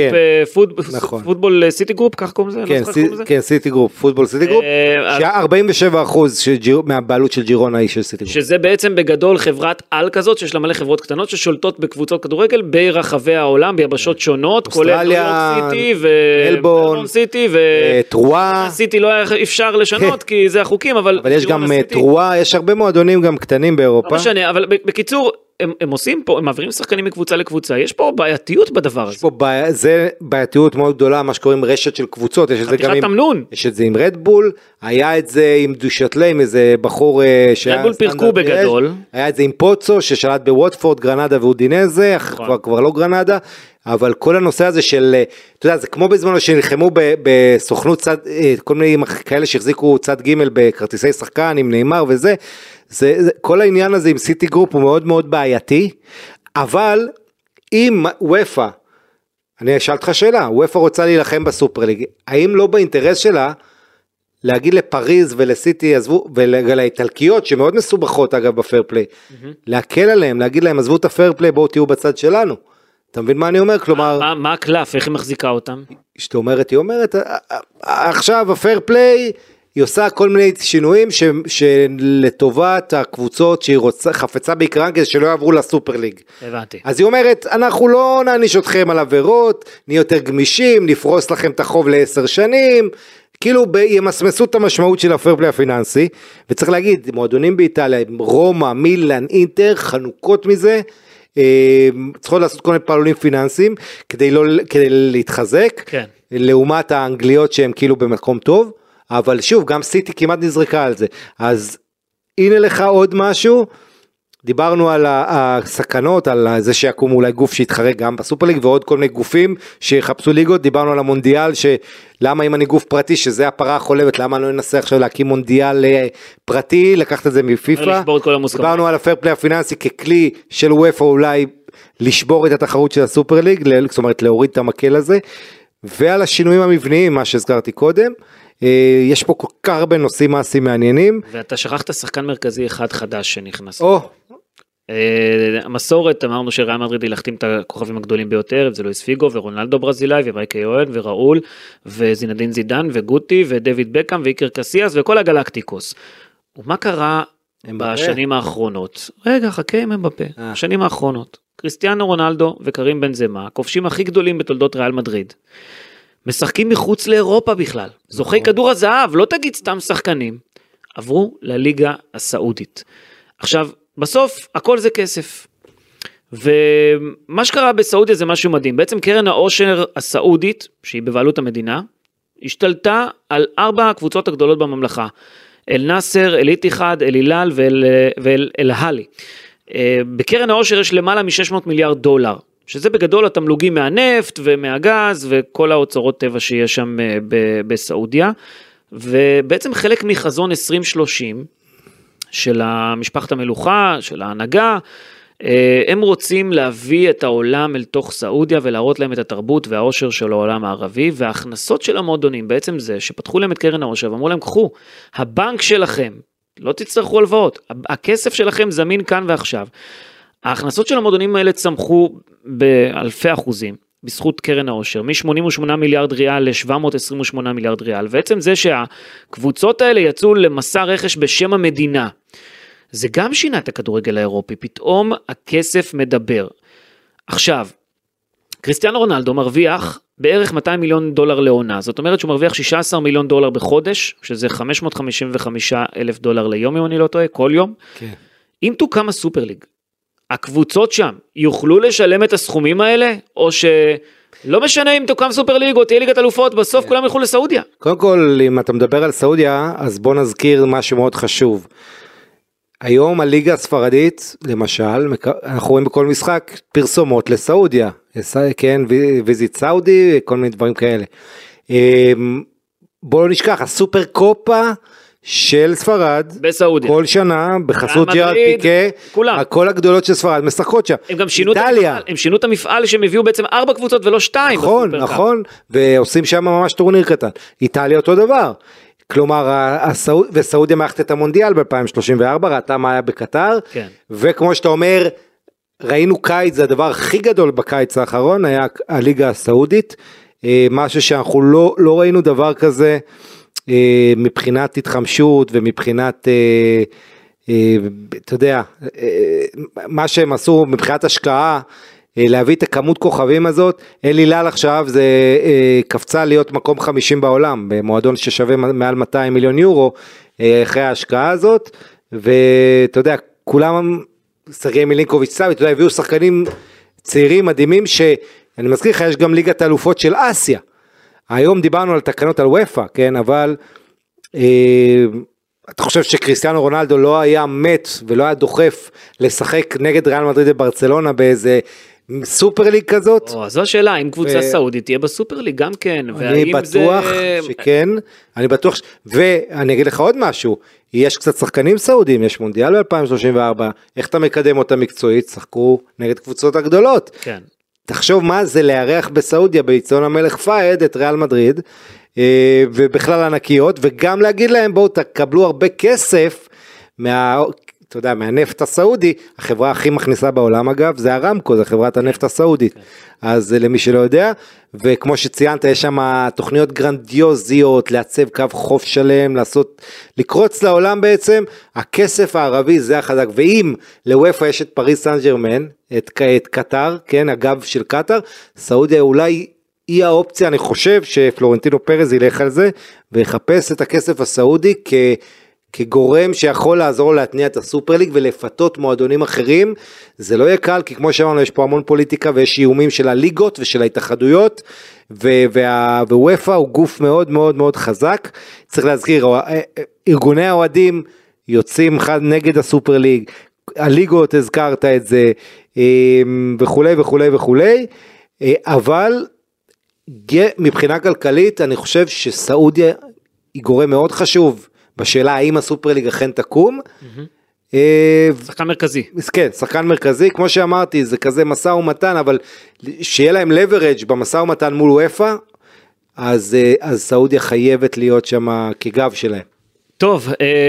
פוטבול סיטי גרופ, כך קוראים לזה? כן, סיטי גרופ, פוטבול סיטי גרופ, ש-ארבעים ושבע אחוז מהבעלות של ז'ירונה היא של סיטי גרופ. שזה בעצם בגדול חברת על כזאת, שיש לה מלא חברות קטנות ששולטות בקבוצות כדורגל ברחבי העולם, ביבשות שונות, כולל ניו יורק סיטי ומלבורן סיטי טרואה. סיטי לא היה אפשר לשנות כי זה החוקים, אבל... אבל יש גם טרואה, יש הרבה מועדונים גם קטנים באירופה. לא משנה, אבל בקיצור, הם, הם עושים פה, הם מעבירים שחקנים מקבוצה לקבוצה, יש פה בעייתיות בדבר הזה. יש פה בעיה, זה בעייתיות מאוד גדולה, מה שקוראים רשת של קבוצות, יש את זה גם עם... תמנון. יש את זה עם רדבול, היה את זה עם דושטלה, עם איזה בחור... רדבול פירקו בגדול. היה את זה עם פוצו, ששלט בווטפורד, גרנדה ואודינזה, כבר, כבר לא גרנדה, אבל כל הנושא הזה של, אתה יודע, זה כמו בזמנו שנלחמו בסוכנות צד, כל מיני כאלה שהחזיקו צד ג' בכרטיסי שחקן, עם נאמר וזה, זה, זה, כל העניין הזה עם סיטי גרופ הוא מאוד מאוד בעייתי, אבל אם וופא, אני אשאל אותך שאלה, וופא רוצה להילחם בסופר ליג, האם לא באינטרס שלה, להגיד לפריז ולסיטי, עזבו, ולאיטלקיות, שמאוד מסובכות אגב בפייר פליי, mm-hmm. להקל עליהם, להגיד להם, עזבו את הפייר פליי, בואו תהיו בצד שלנו, אתה מבין מה אני אומר? כלומר... מה, מה הקלף? איך היא מחזיקה אותם? שאתה אומרת, היא אומרת, עכשיו הפייר פליי, היא עושה כל מיני שינויים ש, שלטובת הקבוצות שהיא רוצה, חפצה בעיקרן כדי שלא יעברו לסופר ליג. הבנתי. אז היא אומרת, אנחנו לא נעניש אתכם על עבירות, נהיה יותר גמישים, נפרוס לכם את החוב לעשר שנים, כאילו ימסמסו את המשמעות של הפייר פליי הפיננסי, וצריך להגיד, מועדונים באיטליה, רומא, מילאן, אינטר, חנוכות מזה, צריכות לעשות כל מיני פעלולים פיננסיים, כדי, לא, כדי להתחזק, כן. לעומת האנגליות שהן כאילו במקום טוב, אבל שוב, גם סיטי כמעט נזרקה על זה, אז הנה לך עוד משהו, דיברנו על הסכנות, על זה שיקום אולי גוף שיתחרה גם בסופר ליג, ועוד כל מיני גופים שיחפשו ליגות, דיברנו על המונדיאל, שלמה אם אני גוף פרטי, שזה הפרה החולבת, למה אני לא אנסה עכשיו להקים מונדיאל פרטי, לקחת את זה מפיפה, דיברנו על הפייר פליי הפיננסי, ככלי של וופא אולי לשבור את התחרות של הסופר ליג, זאת אומרת להוריד את המקל הזה, ועל השינויים המבניים, מה שהזכרתי קודם, יש פה כל כך הרבה נושאים מעשיים מעניינים. ואתה שכחת שחקן מרכזי אחד חדש שנכנס. או. המסורת, אמרנו שריאל מדריד להחתים את הכוכבים הגדולים ביותר, זה לואיס פיגו ורונלדו ברזילאי ומייקל יואן וראול וזינדין זידן וגוטי ודויד בקאם ואיקר קסיאס וכל הגלקטיקוס. ומה קרה בשנים האחרונות? רגע, חכה עם אמבפה. בשנים האחרונות, קריסטיאנו רונלדו וקרים בנזמה, הכובשים הכי גדולים בתולדות ריאל מדריד. משחקים מחוץ לאירופה בכלל, זוכי כדור הזהב, לא תגיד סתם שחקנים, עברו לליגה הסעודית. עכשיו, בסוף, הכל זה כסף. ומה שקרה בסעודיה זה משהו מדהים, בעצם קרן העושר הסעודית, שהיא בבעלות המדינה, השתלטה על ארבע הקבוצות הגדולות בממלכה, אל נאסר, אל איתיחאד, אל הילאל ואל אל-הלי. בקרן העושר יש למעלה מ-שש מאות מיליארד דולר, שזה בגדול התמלוגים מהנפט ומהגז וכל האוצרות טבע שיש שם בסעודיה, ובעצם חלק מחזון עשרים שלושים של המשפחת המלוכה, של ההנהגה, הם רוצים להביא את העולם אל תוך סעודיה ולהראות להם את התרבות והעושר של העולם הערבי, וההכנסות של המועדונים בעצם זה שפתחו להם את קרן העושר ואמרו להם, קחו, הבנק שלכם, לא תצטרכו הלוואות, הכסף שלכם זמין כאן ועכשיו. ההכנסות של המועדונים האלה צמחו באלפי אחוזים, בזכות קרן העושר, מ-שמונים ושמונה מיליארד ריאל ל-שבע מאות עשרים ושמונה מיליארד ריאל, ועצם זה שהקבוצות האלה יצאו למסע רכש בשם המדינה, זה גם שינה את הכדורגל האירופי, פתאום הכסף מדבר. עכשיו, קריסטיאנו רונלדו מרוויח בערך מאתיים מיליון דולר לעונה, זאת אומרת שהוא מרוויח שישה עשר מיליון דולר בחודש, שזה חמש מאות חמישים וחמישה אלף דולר ליום, אם אני לא טועה, כל יום. כן. אם תוקם הסופר ליג, הקבוצות שם יוכלו לשלם את הסכומים האלה, או שלא משנה אם תוקם סופר ליג או תהיה ליגת אלופות, בסוף כולם ילכו לסעודיה. קודם כל, אם אתה מדבר על סעודיה, אז בוא נזכיר משהו מאוד חשוב. היום הליגה הספרדית, למשל, אנחנו רואים בכל משחק פרסומות לסעודיה, כן, ויזיט סעודי, כל מיני דברים כאלה. בוא לא נשכח, הסופר קופה, של ספרד, בסעודיה. כל שנה, בחסות ג'רארד פיקה, כל הגדולות של ספרד משחקות שם. הם גם שינו איטליה. הם שינו את המפעל שהם הביאו בעצם ארבע קבוצות ולא שתיים. נכון, נכון, ועושים שם ממש טורניר קטן. איטליה אותו דבר. כלומר, וסעודיה מארחת את המונדיאל ב-אלפיים שלושים וארבע, ראתה מה היה בקטר, כן. וכמו שאתה אומר, ראינו קיץ, זה הדבר הכי גדול בקיץ האחרון, היה הליגה הסעודית, משהו שאנחנו לא, לא ראינו דבר כזה, מבחינת התחמשות ומבחינת, אתה יודע, מה שהם עשו מבחינת השקעה, להביא את הכמות כוכבים הזאת, אל הילאל עכשיו זה קפצה להיות מקום חמישים בעולם, במועדון ששווה מעל מאתיים מיליון יורו, אחרי ההשקעה הזאת, ואתה יודע, כולם, סרגי מילינקוביץ' סאבי, אתה יודע, הביאו שחקנים צעירים מדהימים, שאני מזכיר לך, יש גם ליגת האלופות של אסיה, היום דיברנו על תקנות על וופא, כן, אבל אה, אתה חושב שקריסטיאנו רונלדו לא היה מת ולא היה דוחף לשחק נגד ריאל מדריד וברצלונה באיזה סופר ליג כזאת? או, זו השאלה, אם קבוצה ו... סעודית תהיה בסופר ליג גם כן, אני בטוח זה... שכן, אני בטוח, ש... ואני אגיד לך עוד משהו, יש קצת שחקנים סעודים, יש מונדיאל ב-אלפיים שלושים וארבע, איך אתה מקדם אותה מקצועית, שחקו נגד קבוצות הגדולות. כן. תחשוב מה זה לארח בסעודיה, באיצטדיון המלך פייד, את ריאל מדריד, ובכלל ענקיות, וגם להגיד להם, בואו תקבלו הרבה כסף, מה, אתה יודע, מהנפט הסעודי, החברה הכי מכניסה בעולם אגב, זה הרמקו, זה חברת הנפט הסעודית, אז למי שלא יודע, וכמו שציינת, יש שם תוכניות גרנדיוזיות, לעצב קו חוף שלם, לעשות, לקרוץ לעולם בעצם, הכסף הערבי זה החזק, ואם לוופא יש את פריס סן ז'רמן, את, את קטר, כן, הגב של קטר, סעודיה אולי היא האופציה, אני חושב שפלורנטינו פרז ילך על זה, ויחפש את הכסף הסעודי כ... כגורם שיכול לעזור להתניע את הסופר ליג ולפתות מועדונים אחרים, זה לא יהיה קל, כי כמו שאמרנו, יש פה המון פוליטיקה ויש איומים של הליגות ושל ההתאחדויות, ווופא הוא גוף מאוד מאוד מאוד חזק, צריך להזכיר, ארגוני האוהדים יוצאים אחד נגד הסופר ליג, הליגות הזכרת את זה, וכולי וכולי וכולי, אבל מבחינה כלכלית אני חושב שסעודיה היא גורם מאוד חשוב, בשאלה האם הסופרליג אכן תקום, שחקן מרכזי. כן, שחקן מרכזי, כמו שאמרתי, זה כזה מסע ומתן, אבל שיהיה להם leverage במשא ומתן מול וופא, אז, אז סעודיה חייבת להיות שם כגב שלהם. טוב,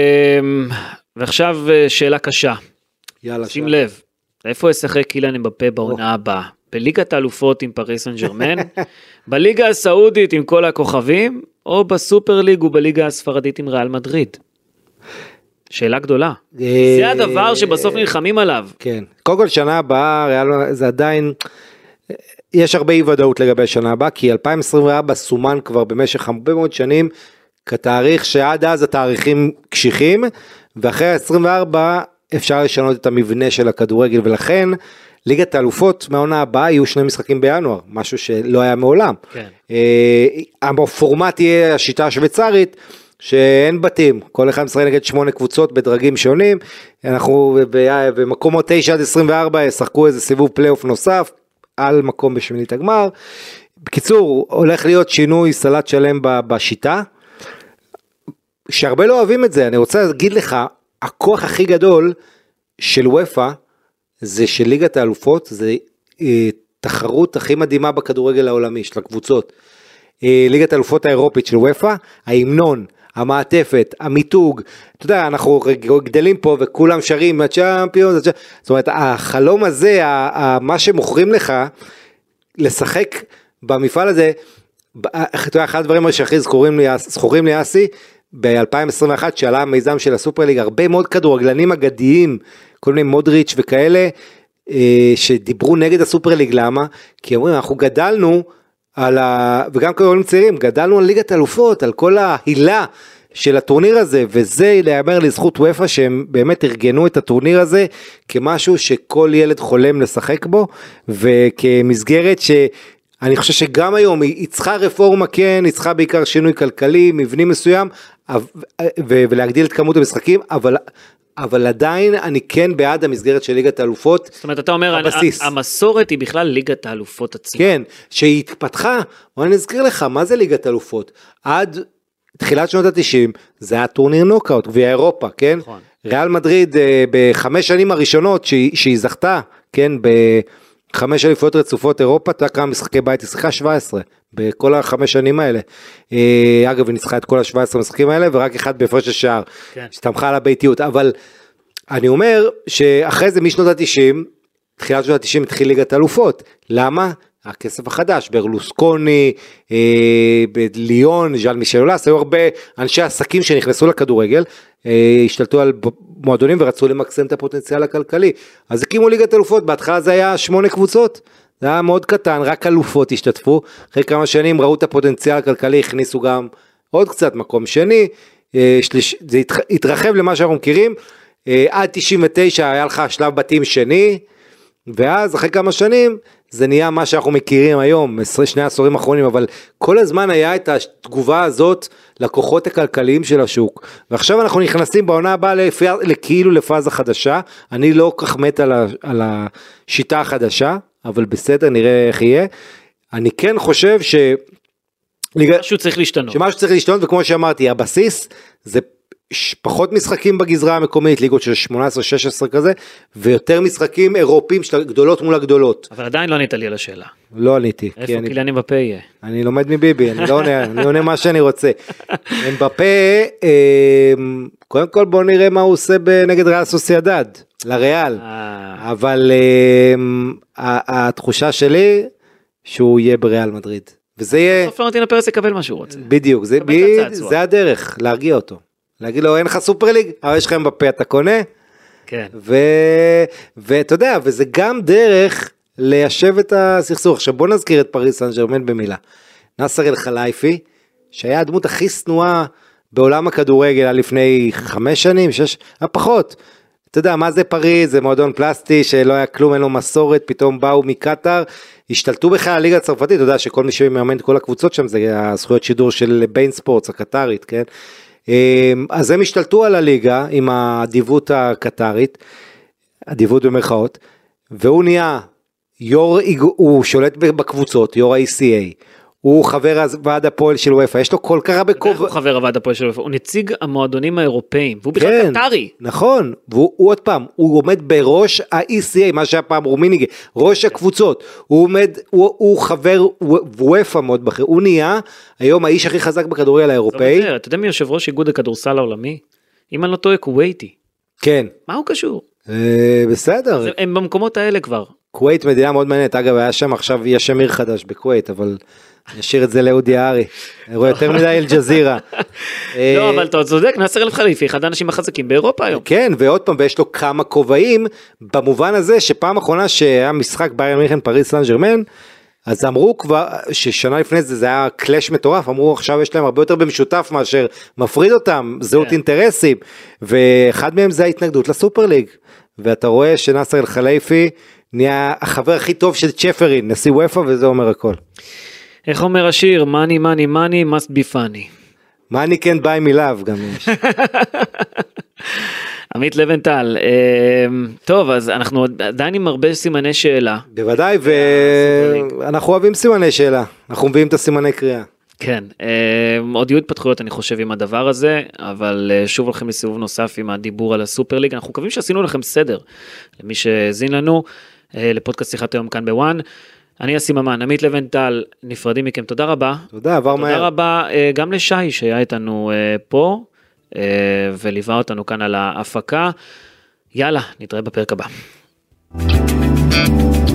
ועכשיו שאלה קשה. יאללה. שים לב, איפה ישחק קילן אמבפה בעונה הבאה? בליגת האלופות עם פריס סן ז'רמן, בליגה הסעודית עם כל הכוכבים, או בסופר ליג ובליגה הספרדית עם ריאל מדריד? שאלה גדולה. זה הדבר שבסוף נלחמים עליו. כן. קודם כל שנה הבאה, ריאל זה עדיין, יש הרבה אי ודאות לגבי השנה הבאה, כי אלפיים עשרים וארבע סומן כבר במשך הרבה מאוד שנים, כתאריך שעד אז התאריכים קשיחים, ואחרי עשרים וארבע אפשר לשנות את המבנה של הכדורגל, ולכן ליגת האלופות מהעונה הבאה יהיו שני משחקים בינואר, משהו שלא היה מעולם. כן. הפורמט יהיה השיטה השוויצרית, שאין בתים, כל אחד משחק נגד שמונה קבוצות בדרגים שונים, אנחנו במקום תשע עד עשרים וארבע ישחקו איזה סיבוב פלייאוף נוסף, על מקום בשמינית הגמר. בקיצור, הולך להיות שינוי סלט שלם בשיטה, שהרבה לא אוהבים את זה. אני רוצה להגיד לך, הכוח הכי גדול של וופא, זה של ליגת האלופות, זה אה, תחרות הכי מדהימה בכדורגל העולמי, של הקבוצות. אה, ליגת האלופות האירופית של וופא, ההמנון, המעטפת, המיתוג, אתה יודע, אנחנו גדלים פה וכולם שרים, הצ'אמפיון, זאת אומרת, החלום הזה, מה שמוכרים לך, לשחק במפעל הזה, אתה יודע, אחד הדברים שהכי זכורים לי אסי, ב-אלפיים עשרים ואחת שעלה המיזם של הסופרליג, הרבה מאוד כדורגלנים אגדיים, כל מיני מודריץ' וכאלה, שדיברו נגד הסופרליג, למה? כי אומרים, אנחנו גדלנו, על ה... וגם כדורגלנים צעירים, גדלנו על ליגת אלופות, על כל ההילה של הטורניר הזה, וזה להיאמר לזכות וופא, שהם באמת ארגנו את הטורניר הזה, כמשהו שכל ילד חולם לשחק בו, וכמסגרת שאני חושב שגם היום, היא צריכה רפורמה כן, היא צריכה בעיקר שינוי כלכלי, מבנים מסוים, ולהגדיל את כמות המשחקים, אבל... אבל עדיין אני כן בעד המסגרת של ליגת האלופות. זאת אומרת, אתה אומר, הבסיס. המסורת היא בכלל ליגת האלופות עצמה. כן, שהיא התפתחה, אבל אני אזכיר לך, מה זה ליגת האלופות? עד תחילת שנות ה-תשעים, זה היה טורניר נוקאוט, גביע אירופה, כן? נכון. ריאל מדריד, בחמש שנים הראשונות שהיא זכתה, כן, בחמש אליפויות רצופות אירופה, אתה כמה משחקי בית, היא שיחקה שבע עשרה, בכל החמש שנים האלה. אגב, היא ניצחה את כל ה-שבע עשרה משחקים האלה, ורק אחד בהפרש השער, כן. שתמכה על הביתיות, אבל אני אומר שאחרי זה משנות ה-תשעים, תחילת שנות ה-תשעים התחיל ליגת האלופות, למה? הכסף החדש, ברלוסקוני, אה, בליון, ז'אן מישל אולס, היו הרבה אנשי עסקים שנכנסו לכדורגל, אה, השתלטו על מועדונים ורצו למקסם את הפוטנציאל הכלכלי, אז הקימו ליגת אלופות, בהתחלה זה היה שמונה קבוצות, זה היה מאוד קטן, רק אלופות השתתפו, אחרי כמה שנים ראו את הפוטנציאל הכלכלי, הכניסו גם עוד קצת מקום שני, אה, שליש, זה התרחב למה שאנחנו מכירים, אה, עד תשעים ותשע היה לך שלב בתים שני, ואז אחרי כמה שנים, זה נהיה מה שאנחנו מכירים היום, שני עשורים האחרונים, אבל כל הזמן היה את התגובה הזאת לכוחות הכלכליים של השוק, ועכשיו אנחנו נכנסים בעונה הבאה כאילו לפאזה חדשה, אני לא כך מת על, ה, על השיטה החדשה, אבל בסדר, נראה איך יהיה, אני כן חושב ש... משהו צריך להשתנות. שמשהו צריך להשתנות, וכמו שאמרתי, הבסיס זה פחות משחקים בגזרה המקומית, ליגות של שמונה עשרה שש עשרה כזה, ויותר משחקים אירופיים של גדולות מול הגדולות. אבל עדיין לא ענית לי על השאלה. לא עניתי. איפה קילן אמבפה יהיה? אני לומד מביבי, אני לא עונה, אני עונה מה שאני רוצה. אמבפה, קודם כל בוא נראה מה הוא עושה נגד ריאל סוסיידד, לריאל. אבל התחושה שלי, שהוא יהיה בריאל מדריד. וזה יהיה... בסוף פלורנטינו פרס יקבל מה שהוא רוצה. בדיוק, זה הדרך, להרגיע אותו. להגיד לו, אין לך סופרליג, אבל יש לכם בפה, אתה קונה? כן. ואתה יודע, וזה גם דרך ליישב את הסכסוך. עכשיו בוא נזכיר את פריס סן ז'רמן במילה. נאסר אל חלייפי, שהיה הדמות הכי שנואה בעולם הכדורגל, לפני חמש שנים, שש, פחות. אתה יודע, מה זה פריז? זה מועדון פלסטי, שלא היה כלום, אין לו מסורת, פתאום באו מקטר, השתלטו בכלל הליגה הצרפתית, אתה יודע שכל מי שמאמן את כל הקבוצות שם, זה הזכויות שידור של ביין ספורטס, הקטרית, כן? אז הם השתלטו על הליגה עם האדיבות הקטרית, אדיבות במרכאות, והוא נהיה יור, הוא שולט בקבוצות, יור ה-E C A, הוא חבר הוועד הפועל של וופא, יש לו כל כך הרבה כובע. הוא חבר הוועד הפועל של וופא, הוא נציג המועדונים האירופאים, והוא בכלל כן, קטרי. נכון, והוא עוד פעם, הוא עומד בראש ה-E C A, מה שהיה פעם רומיניגה, ראש הקבוצות, הוא עומד, הוא, הוא חבר וופא מאוד בכיר, הוא נהיה היום האיש הכי חזק בכדורגל האירופאי. אתה יודע מי יושב ראש איגוד הכדורסל העולמי? אם אני לא טועה, כווייתי. כן. מה הוא קשור? אה, בסדר. הם במקומות האלה כבר. כווית מדינה מאוד מעניינת, אגב היה שם עכשיו, יש שם עיר חדש בכווית, אבל נשאיר את זה לאודי הארי, רואה יותר מדי אל-ג'זירה. לא, אבל אתה צודק, נאסר אל-חליפי, אחד האנשים החזקים באירופה היום. כן, ועוד פעם, ויש לו כמה כובעים, במובן הזה שפעם אחרונה שהיה משחק ביירן מינכן פריז סן ז'רמן, אז אמרו כבר, ששנה לפני זה, זה היה קלאש מטורף, אמרו עכשיו יש להם הרבה יותר במשותף מאשר מפריד אותם, זהות אינטרסים, ואחד מהם זה ההתנגדות לסופר ליג, ואתה רואה שנאסר אל-חליפי נהיה החבר הכי טוב של צ'פרין, נשיא וופא, וזה אומר הכל. איך אומר השיר? money, money, money, must be funny. money can't buy me love, גם יש. עמית לבנטל, טוב, אז אנחנו עדיין עם הרבה סימני שאלה. בוודאי, ואנחנו אוהבים סימני שאלה, אנחנו מביאים את הסימני קריאה. כן, עוד יהיו התפתחויות אני חושב עם הדבר הזה, אבל שוב הולכים לסיבוב נוסף עם הדיבור על הסופר ליג, אנחנו מקווים שעשינו לכם סדר, למי שהזין לנו, לפודקאסט שיחת היום כאן בוואן, אני אסי ממן, עמית לבנטל, נפרדים מכם, תודה רבה. תודה, עבר מהר. תודה רבה גם לשי שהיה איתנו פה, וליווה אותנו כאן על ההפקה, יאללה, נתראה בפרק הבא.